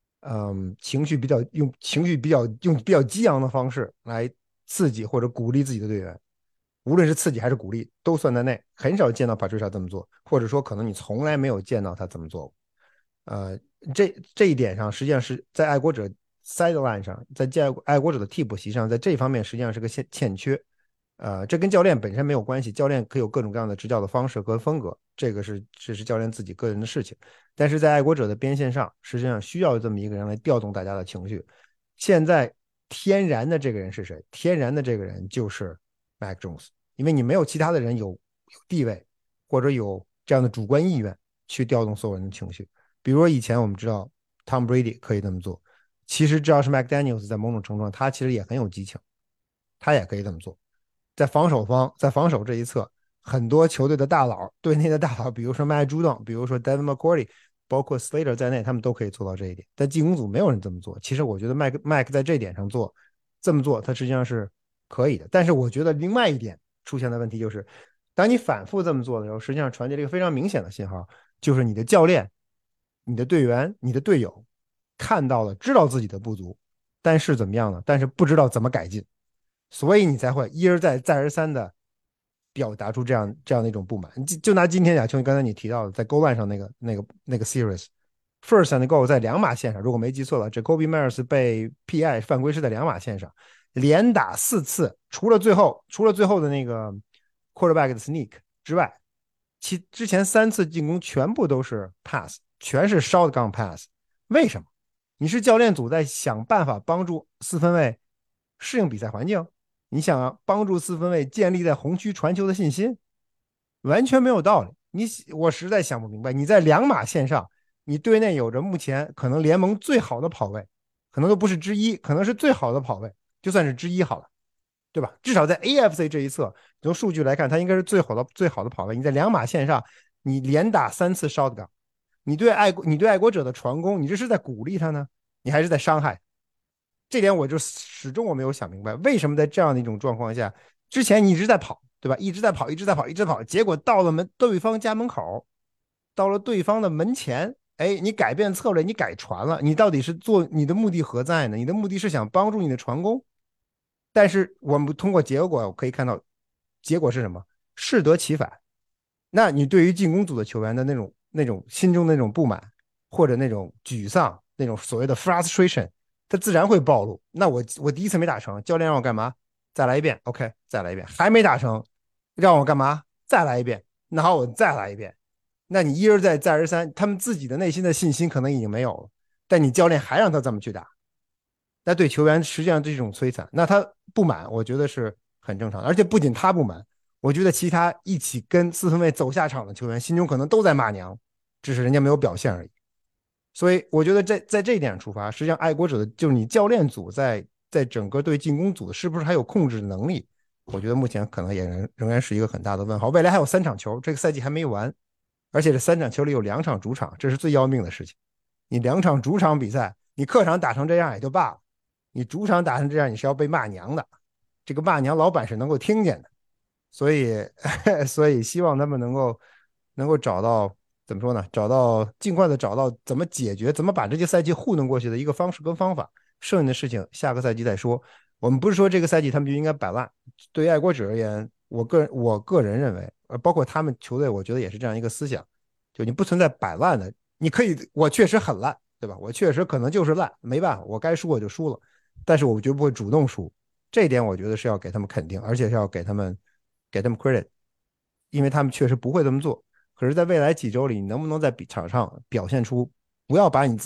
用比较激昂的方式来刺激或者鼓励自己的队员，无论是刺激还是鼓励都算在内。很少见到 Patricia 这么做，或者说可能你从来没有见到他这么做过。呃，这一点上，实际上是在爱国者 sideline 上，在爱国者的替补席上，在这方面实际上是个欠缺。这跟教练本身没有关系，教练可以有各种各样的执教的方式和风格，这是教练自己个人的事情。但是在爱国者的边线上，实际上需要这么一个人来调动大家的情绪。现在天然的这个人是谁？天然的这个人就是 Mac Jones，因为你没有其他的人有地位或者有这样的主观意愿去调动所有人的情绪。比如说以前我们知道 Tom Brady 可以这么做，其实只要是 McDaniels 在某种程度上，他其实也很有激情，他也可以这么做。在防守方，在防守这一侧，很多球队的大佬，队内的大佬，比如说 Matt Judon，比如说 Devin McCourty，包括 Slater 在内，他们都可以做到这一点。但进攻组没有人这么做。其实我觉得麦克在这点上这么做，他实际上是可以的。但是我觉得另外一点出现的问题就是，当你反复这么做的时候，实际上传递了一个非常明显的信号，就是你的教练、你的队员、你的队友看到了，知道自己的不足，但是怎么样呢？但是不知道怎么改进。所以你才会一而再再而三的表达出这样的一种不满。就拿今天讲，就刚才你提到的，在 Goal Line 上那个 series，First and Goal 在两码线上，如果没记错了，Jacoby Myers 被 PI 犯规是在两码线上，连打4次，除了最后的那个 quarterback 的 sneak 之外，之前3次进攻全部都是 pass，全是 shotgun pass。为什么？你是教练组在想办法帮助四分卫适应比赛环境，你想帮助四分卫建立在红区传球的信心，完全没有道理。我实在想不明白，你在两码线上，你队内有着目前可能联盟最好的跑位，可能都不是之一，可能是最好的跑位，就算是之一好了，对吧？至少在 AFC 这一侧，从数据来看，它应该是最好的跑位。你在两码线上，你连打3次 shotgun，你对爱国者的传攻，你这是在鼓励他呢，你还是在伤害？这点我就始终我没有想明白，为什么在这样的一种状况下，之前你一直在跑，对吧？一直在跑，一直在跑，一直在跑，结果到了对方家门口，到了对方的门前，哎，你改变策略，你改传了，你到底是你的目的何在呢？你的目的是想帮助你的传攻，但是我们通过结果可以看到，结果是什么？适得其反。那你对于进攻组的球员的那种心中的那种不满，或者那种沮丧，那种所谓的 frustration，他自然会暴露。那我第一次没打成，教练让我干嘛？再来一遍，OK，再来一遍，还没打成，让我干嘛？再来一遍。那好，我再来一遍。那你一而再，再而三，他们自己的内心的信心可能已经没有了，但你教练还让他这么去打，那对球员实际上这种摧残，那他不满，我觉得是很正常的。而且不仅他不满，我觉得其他一起跟四分卫走下场的球员心中可能都在骂娘，只是人家没有表现而已。所以我觉得在这一点出发，实际上爱国者的就是你教练组在整个对进攻组是不是还有控制能力？我觉得目前可能也仍然是一个很大的问号。未来还有3场球，这个赛季还没完，而且这3场球里有2场主场，这是最要命的事情。你2场主场比赛，你客场打成这样也就罢了，你主场打成这样，你是要被骂娘的。这个骂娘老板是能够听见的，所以所以希望他们能够找到怎么说呢？尽快的找到怎么解决、怎么把这些赛季糊弄过去的一个方式跟方法。剩下的事情下个赛季再说。我们不是说这个赛季他们就应该摆烂。对于爱国者而言，我个人认为，包括他们球队，我觉得也是这样一个思想：就你不存在摆烂的，你可以，我确实很烂，对吧？我确实可能就是烂，没办法，我该输我就输了，但是我绝不会主动输。这一点我觉得是要给他们肯定，而且是要给他们 credit，因为他们确实不会这么做。可是，在未来几周里，你能不能在场上表现出不要把你自己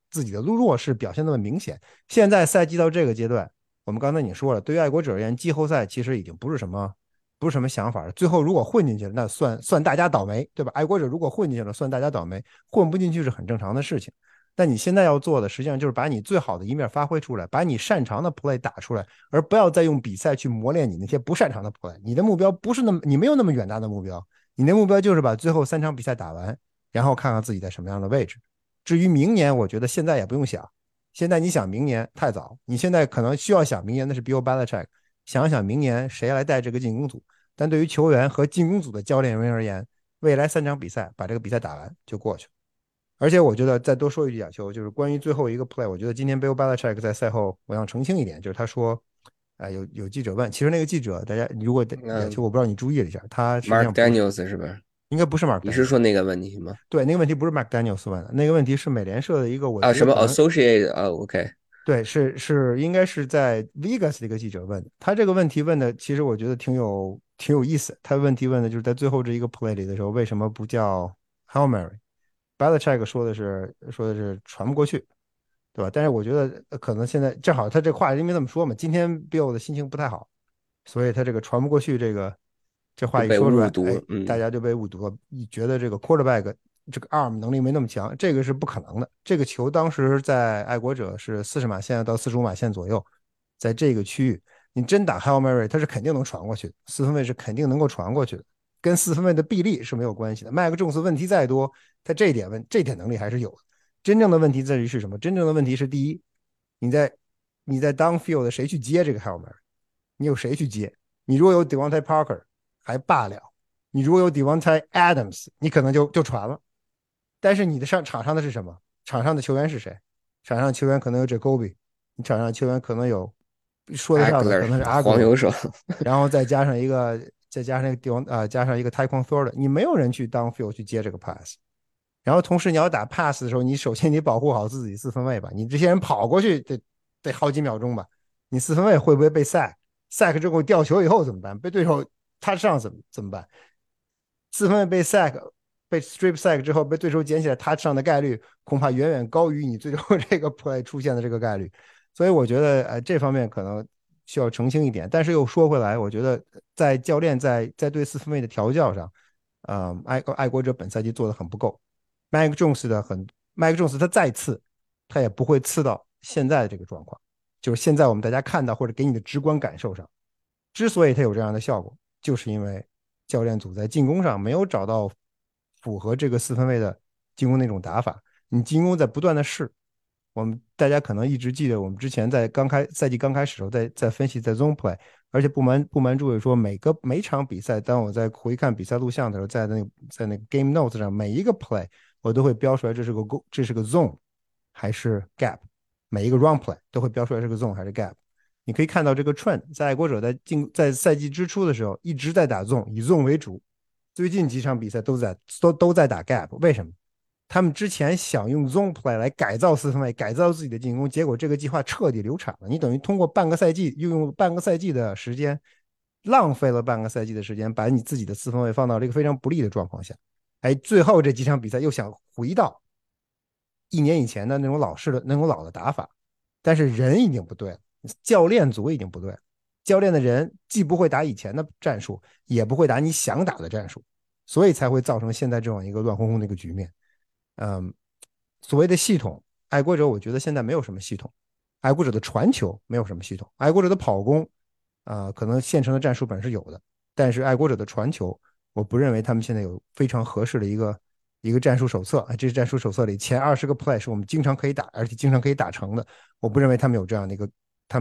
自己的弱势表现那么明显。现在赛季到这个阶段，我们刚才你说了，对于爱国者而言，季后赛其实已经不是什么想法了。最后如果混进去了，那算大家倒霉，对吧？爱国者如果混进去了，算大家倒霉；混不进去是很正常的事情。但你现在要做的，实际上就是把你最好的一面发挥出来，把你擅长的 play 打出来，而不要再用比赛去磨练你那些不擅长的 play。你的目标不是那么，你没有那么远大的目标，你的目标就是把最后3场比赛打完，然后看看自己在什么样的位置。至于明年，我觉得现在也不用想。现在你想明年太早，你现在可能需要想明年的是 Bill Belichick，想想明年谁来带这个进攻组。但对于球员和进攻组的教练人而言，未来3场比赛把这个比赛打完就过去了。而且我觉得再多说一句，亚球就是关于最后一个 play，我觉得今天 Bill Belichick 在赛后，我想澄清一点，就是他说，有记者问，其实那个记者，大家如果亚球， 嗯我不知道你注意了一下，他实际 ，Mark 上不是， Daniels 是吧？ 应该不是 Mark 你是 Daniels， 说那个问题吗？ 对，那个问题不是 Mark Daniels 问的，那个问题是美联社的一个，我啊，什么觉得可能 Associate 啊？OK， 对，是应该是在 Vegas 的一个记者问的。他这个问题问的，其实我觉得挺有意思。他问题问的就是在最后这一个 play 里的时候，为什么不叫 Hail Mary？Belichick 说的是传不过去，对吧？但是我觉得可能现在正好他这话因为这么说嘛，今天 Bill 的心情不太好，所以他这个传不过去这话一就被说出来， 误读， 哎，大家就被误读了，觉得这个 quarterback 这个 arm 能力没那么强，这个是不可能的。这个球当时在爱国者是40码线到45码线左右，在这个区域，你真打 Hail Mary，他是肯定能传过去的，四分卫是肯定能够传过去的，跟四分卫的臂力是没有关系的。麦克琼斯问题再多，他这点能力还是有的。真正的问题在于是什么？真正的问题是第一，你在 downfield 谁去接这个 Hail Mary？你有谁去接？你如果有 Devontae Parker 还罢了，你如果有 Devontae Adams，你可能就传了。但是你的场上的是什么？场上的球员是谁？场上球员可能有 Jacoby，你场上球员可能有说得上的，可 Agler 能是黄 Aglo， 油手， 然后再加上一个地方加上一个 Tyquan Thornton，你没有人去 downfield 去接这个 pass。然后同时你要打 pass 的时候，你首先你保护好自己四分卫吧，你这些人跑过去得好几秒钟吧，你四分卫会不会被 sack 之后掉球以后怎么办？被对手他上怎么办？四分卫被 strip sack 之后被对手捡起来他上的概率恐怕远远高于你最后这个 play 出现的这个概率，所以我觉得这方面可能需要澄清一点。但是又说回来，我觉得在教练在对四分卫的调教上，爱国者本赛季做的很不够。Mac Jones 他再次他也不会次到现在的这个状况，就是现在我们大家看到或者给你的直观感受上，之所以他有这样的效果，就是因为教练组在进攻上没有找到符合这个四分卫的进攻那种打法。你进攻在不断的试，我们大家可能一直记得，我们之前在赛季刚开始的时候在分析在 zone play，而且不瞒诸位说，每场比赛，当我在回看比赛录像的时候，在那个 game notes 上每一个 play 我都会标出来这是个 zone 还是 gap，每一个 run play 都会标出来是个 zone 还是 gap。你可以看到这个 trend，在爱国者在赛季之初的时候一直在打 zone，以 zone 为主。最近几场比赛都在打 gap，为什么？他们之前想用 zone play 来改造四分卫，改造自己的进攻，结果这个计划彻底流产了。你等于通过半个赛季，又用半个赛季的时间，浪费了半个赛季的时间，把你自己的四分卫放到了一个非常不利的状况下。哎，最后这几场比赛又想回到1年以前的那种老的打法，但是人已经不对了，教练组已经不对了，教练的人既不会打以前的战术，也不会打你想打的战术，所以才会造成现在这样一个乱哄哄的一个局面。嗯，所谓的系统，爱国者我觉得现在没有什么系统，爱国者的传球没有什么系统，爱国者的跑攻可能现成的战术本是有的，但是爱国者的传球，我不认为他们现在有非常合适的一个战术手册啊，这战术手册里前20个 play 是我们经常可以打，而且经常可以打成的。我不认为他们有这样的一个，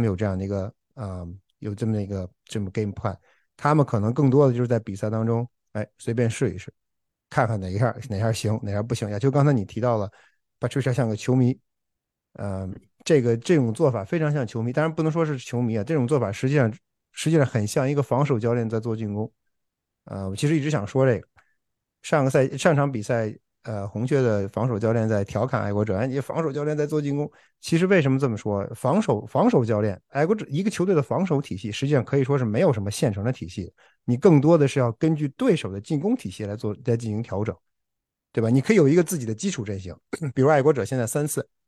有这么 game plan。他们可能更多的就是在比赛当中，哎，随便试一试，看看哪下行，哪下不行呀。就刚才你提到了，Patricia 像个球迷，这种做法非常像球迷，当然不能说是球迷啊，这种做法实际上很像一个防守教练在做进攻。我其实一直想说这个，上场比赛，红雀的防守教练在调侃爱国者，哎，你防守教练在做进攻。其实为什么这么说？防守教练，爱国者一个球队的防守体系，实际上可以说是没有什么现成的体系，你更多的是要根据对手的进攻体系来进行调整，对吧？你可以有一个自己的基础阵型，比如爱国者现在3-4，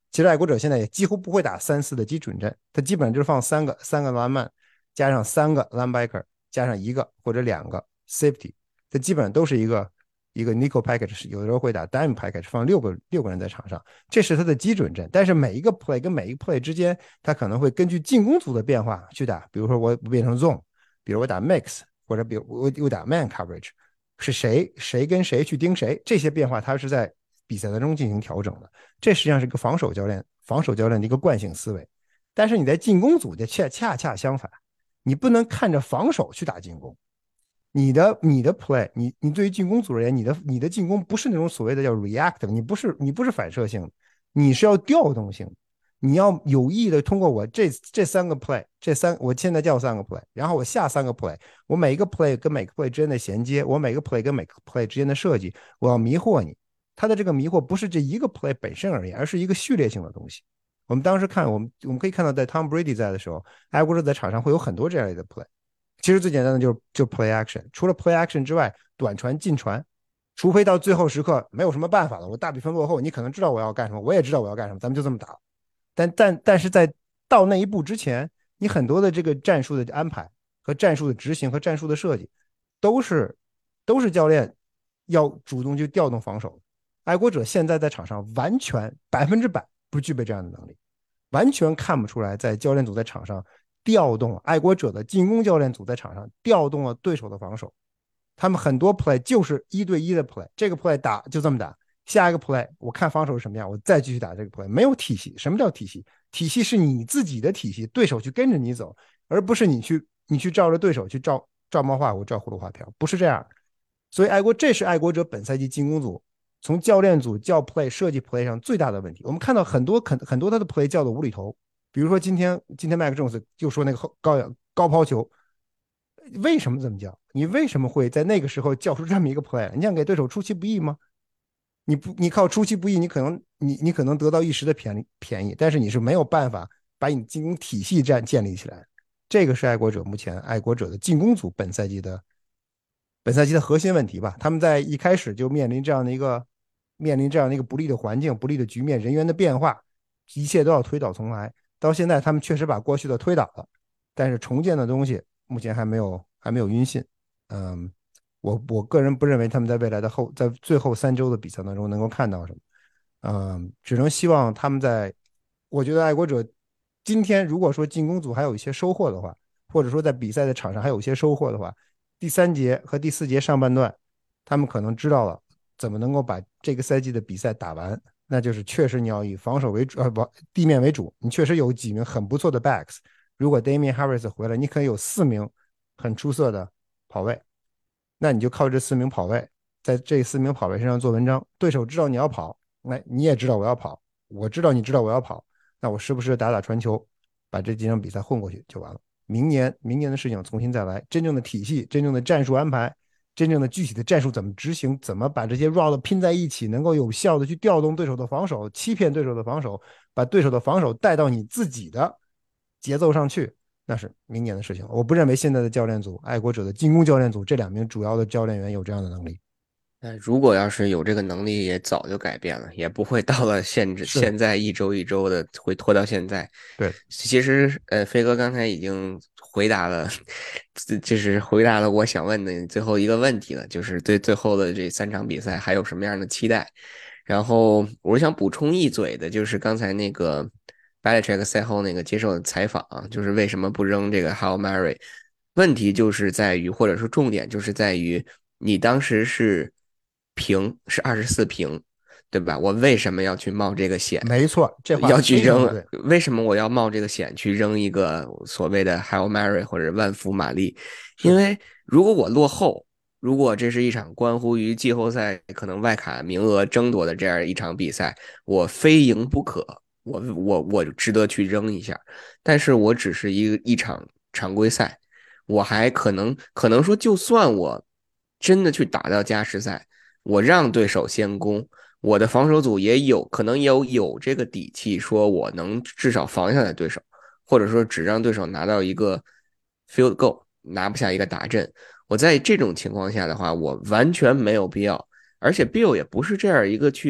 其实爱国者现在也几乎不会打3-4的基准阵，他基本上就是放三个篮曼，加上3个 linebacker，加上1个或者2个 safety，这基本上都是一个 nickel package，有的时候会打 dime package，放六个人在场上，这是他的基准阵。但是每一个 play 跟每一个 play 之间，他可能会根据进攻组的变化去打，比如说我变成 zone，比如我打 mix，或者比如我打 man coverage，是谁跟谁去盯谁，这些变化他是在比赛当中进行调整的。这实际上是一个防守教练的一个惯性思维。但是你在进攻组就恰相反，你不能看着防守去打进攻。你的 play，你对于进攻组而言，你的进攻不是那种所谓的叫 reactive，你不是反射性的，你是要调动性的。你要有意的通过我这3个 play，我现在叫3个 play，然后我下3个 play，我每一个 play 跟每个 play 之间的衔接，我每个 play 跟每个 play 之间的设计，我要迷惑你。它的这个迷惑不是这一个 play 本身而已，而是一个序列性的东西。我们当时看，我们可以看到，在 Tom Brady 在的时候，艾国者在场上会有很多这样的 play。其实最简单的就 play action，除了 play action 之外，短传、近传，除非到最后时刻没有什么办法了，我大比分落后，你可能知道我要干什么，我也知道我要干什么，咱们就这么打。但是在到那一步之前，你很多的这个战术的安排和战术的执行和战术的设计，都是都是教练要主动去调动防守。爱国者现在在场上完全100%不具备这样的能力，完全看不出来在教练组在场上调动爱国者的进攻教练组在场上调动了对手的防守。他们很多 play 就是1对1的 play，这个 play 打就这么打，下一个 play 我看防守是什么样，我再继续打这个 play，没有体系。什么叫体系？体系是你自己的体系，对手去跟着你走，而不是你去照着对手去照猫画虎、照葫芦画瓢，不是这样。所以这是爱国者本赛季进攻组从教练组叫 play 设计 play 上最大的问题。我们看到很多他的 play 叫的无厘头，比如说今天麦克琼斯就说那个高抛球，为什么这么叫？你为什么会在那个时候叫出这么一个 play？你想给对手出其不意吗？你靠出其不意，你可能得到一时的便宜，但是你是没有办法把你进攻体系建立起来。这个是目前爱国者的进攻组本赛季的核心问题吧。他们在一开始就面临这样的一个不利的环境、不利的局面、人员的变化，一切都要推倒重来。到现在，他们确实把过去的推倒了，但是重建的东西目前还没有音信。嗯，我个人不认为他们在未来在最后3周的比赛当中能够看到什么。只能希望他们我觉得爱国者今天如果说进攻组还有一些收获的话，或者说在比赛的场上还有一些收获的话，第3节和第4节上半段，他们可能知道了怎么能够把这个赛季的比赛打完。那就是确实你要以防守为主，不，地面为主。你确实有几名很不错的 backs，如果 Damian Harris 回来，你可以有4名很出色的跑位，那你就靠这4名跑位，在这4名跑位身上做文章。对手知道你要跑，那你也知道我要跑，我知道你知道我要跑，那我时不时打传球，把这几场比赛混过去就完了。明年的事情重新再来，真正的体系、真正的战术安排、真正的具体的战术怎么执行，怎么把这些 route 拼在一起，能够有效的去调动对手的防守，欺骗对手的防守，把对手的防守带到你自己的节奏上去，那是明年的事情。我不认为现在的教练组，爱国者的进攻教练组这2名主要的教练员有这样的能力。 如果要是有这个能力，也早就改变了，也不会到了是的， 现在一周一周的会拖到现在。 对， 其实，飞哥刚才已经回答了，就是回答了我想问的最后一个问题了，就是对最后的这3场比赛还有什么样的期待？然后我想补充一嘴的，就是刚才那个 Belichick 赛后那个接受采访啊，就是为什么不扔这个 Hail Mary？问题就是在于，或者说重点就是在于，你当时是24平，对吧？我为什么要去冒这个险， 没错，这话要去扔？ 非常对。 为什么我要冒这个险去扔一个所谓的 Hail Mary 或者万福玛丽？ 是的， 因为如果我落后，如果这是一场关乎于季后赛可能外卡名额争夺的这样一场比赛，我非赢不可，我值得去扔一下。但是我只是一场常规赛，我还可能说，就算我真的去打到加时赛，我让对手先攻，我的防守组也可能有这个底气，说我能至少防下来对手，或者说只让对手拿到一个 field goal，拿不下一个打阵。我在这种情况下的话，我完全没有必要，而且 Bill 也不是这样一个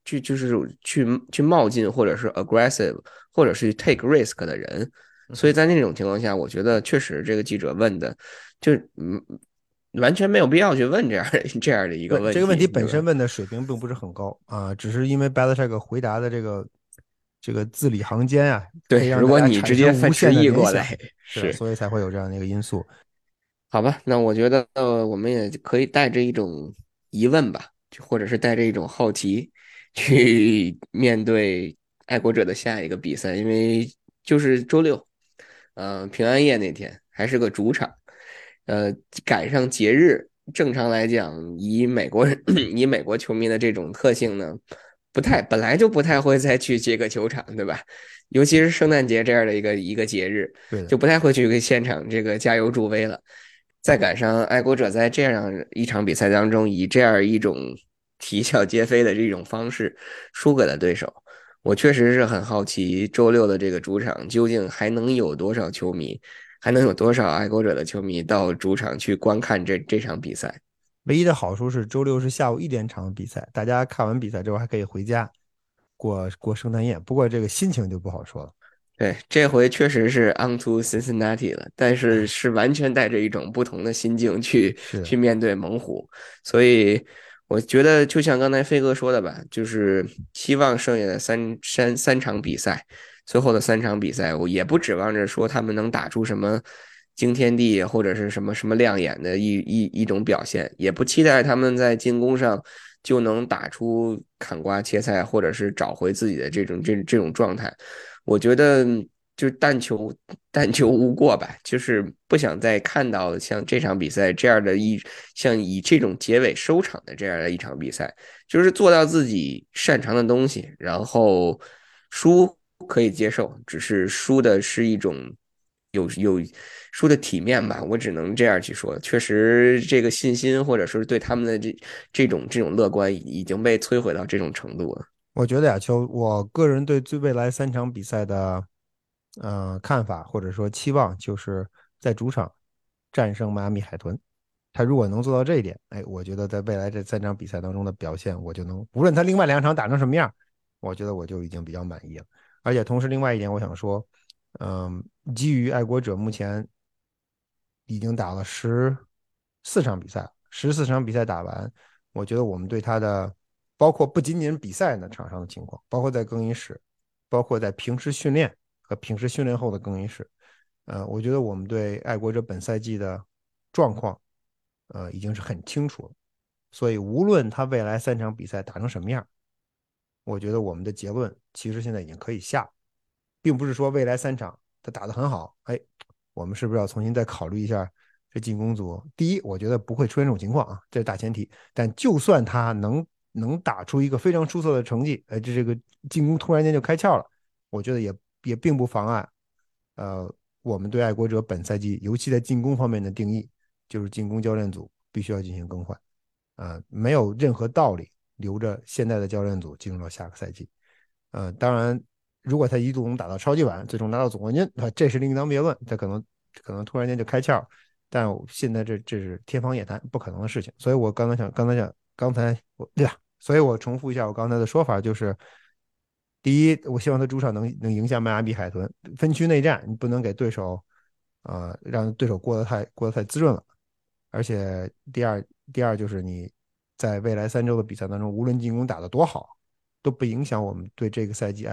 就是去冒进，或者是 aggressive，或者是 take risk 的人。所以在那种情况下，我觉得确实这个记者问的就完全没有必要去问这样的一个对，这个问题问题，对吧？ 本身问的水平并不是很高啊，只是因为 Belichick 回答的这个字里行间啊，可以对，如果让大家你直接产生无限的翻直译联想， 过来， 是的， 是。 所以才会有这样的一个因素。 好吧，那我觉得我们也可以带着一种疑问吧，就或者是带着一种好奇去面对爱国者的下一个比赛，因为就是周六，平安夜那天还是个主场，呃，赶上节日，正常来讲，以美国人以美国球迷的这种特性呢，本来就不太会再去这个球场，对吧？尤其是圣诞节这样的一个节日。 对的， 就不太会去给现场这个加油助威了。再赶上爱国者在这样一场比赛当中，以这样一种啼笑皆非的这种方式输给了对手，我确实是很好奇，周六的这个主场究竟还能有多少球迷，还能有多少爱国者的球迷到主场去观看这场比赛。 唯一的好处是周六是下午1点场的比赛，大家看完比赛之后还可以回家过圣诞夜。不过这个心情就不好说了。 对，这回确实是 on to Cincinnati 了，但是是完全带着一种不同的心境去是的， 去面对猛虎，所以我觉得就像刚才飞哥说的吧，就是希望剩下的三场比赛，最后的3场比赛，我也不指望着说他们能打出什么惊天地或者是什么什么亮眼的一种表现，也不期待他们在进攻上就能打出砍瓜切菜，或者是找回自己的这种状态。我觉得就是但求无过吧，就是不想再看到像这场比赛这样的像以这种结尾收场的这样的一场比赛，就是做到自己擅长的东西，然后输可以接受，只是输的是一种有输的体面吧，我只能这样去说。确实，这个信心或者是对他们的这种乐观已经被摧毁到这种程度了。 我觉得亚秋，我个人对最未来3场比赛的看法或者说期望，就是在主场战胜迈阿密海豚。他如果能做到这一点，哎，我觉得在未来这3场比赛当中的表现，我就能无论他另外2场打成什么样，我觉得我就已经比较满意了。而且同时，另外一点，我想说，嗯，基于爱国者目前已经打了14场比赛14场比赛打完，我觉得我们对他的，包括不仅仅比赛呢场上的情况，包括在更衣室，包括在平时训练和平时训练后的更衣室，我觉得我们对爱国者本赛季的状况，已经是很清楚了。所以无论他未来3场比赛打成什么样，我觉得我们的结论其实现在已经可以下，并不是说未来3场他打得很好，哎，我们是不是要重新再考虑一下这进攻组？第一，我觉得不会出现这种情况啊，这是大前提。但就算他能打出一个非常出色的成绩，这个进攻突然间就开窍了，我觉得也并不妨碍，我们对爱国者本赛季，尤其在进攻方面的定义，就是进攻教练组必须要进行更换，没有任何道理留着现在的教练组进入到下个赛季。当然，如果他一度能打到超级碗，最终拿到总冠军，这是另当别论，他可能突然间就开窍，但现在这是天方夜谭，不可能的事情。所以我刚才我对吧？所以我重复一下我刚才的说法，就是第一，我希望他主场能赢下迈阿密海豚。分区内战，你不能给对手让对手过得太滋润了。而且第二就是你在未来3周的比赛当中，无论进攻打得多好，都不影响我们对这个赛季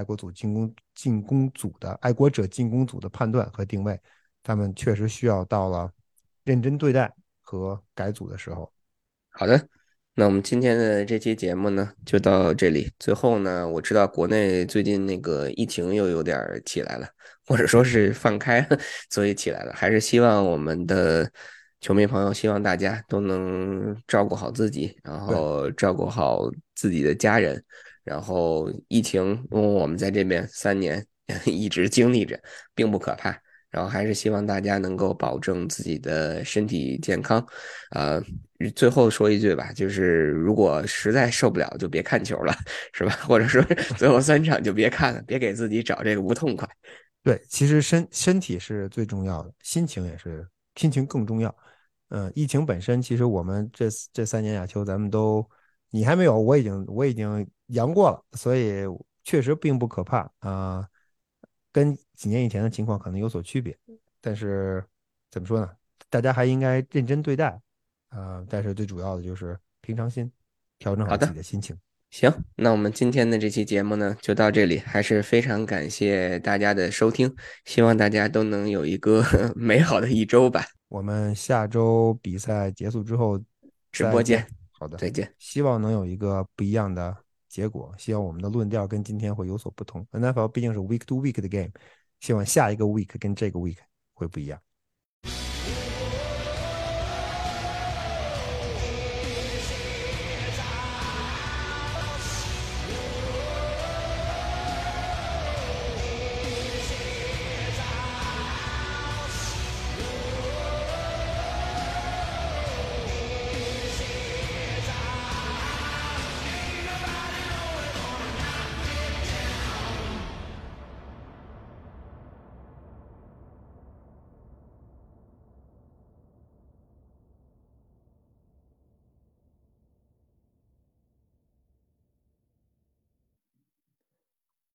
爱国者进攻组的判断和定位。他们确实需要到了认真对待和改组的时候。 好的，那我们今天的这期节目呢，就到这里。最后呢，我知道国内最近那个疫情又有点儿起来了，或者说是放开了，所以起来了。还是希望我们的球迷朋友，希望大家都能照顾好自己，然对， 后照顾好自己的家人。然后疫情，因为我们在这边3年一直经历着，并不可怕。然后还是希望大家能够保证自己的身体健康，呃，最后说一句吧，就是如果实在受不了，就别看球了，是吧？或者说最后3场就别看了，别给自己找这个不痛快。 对，其实身体是最重要的，心情更重要。疫情本身，其实我们这3年亚秋，咱们都你还没有，我已经阳过了，所以确实并不可怕跟几年以前的情况可能有所区别，但是怎么说呢？大家还应该认真对待但是最主要的就是平常心，调整好自己好的， 的心情。 行，那我们今天的这期节目呢，就到这里，还是非常感谢大家的收听，希望大家都能有一个美好的一周吧。 我们下周比赛结束之后再见。 直播间好的， 再见。 希望能有一个不一样的结果，希望我们的论调跟今天会有所不同。NFL 毕竟是 week to week 的 game，希望下一个 week 跟这个 week 会不一样。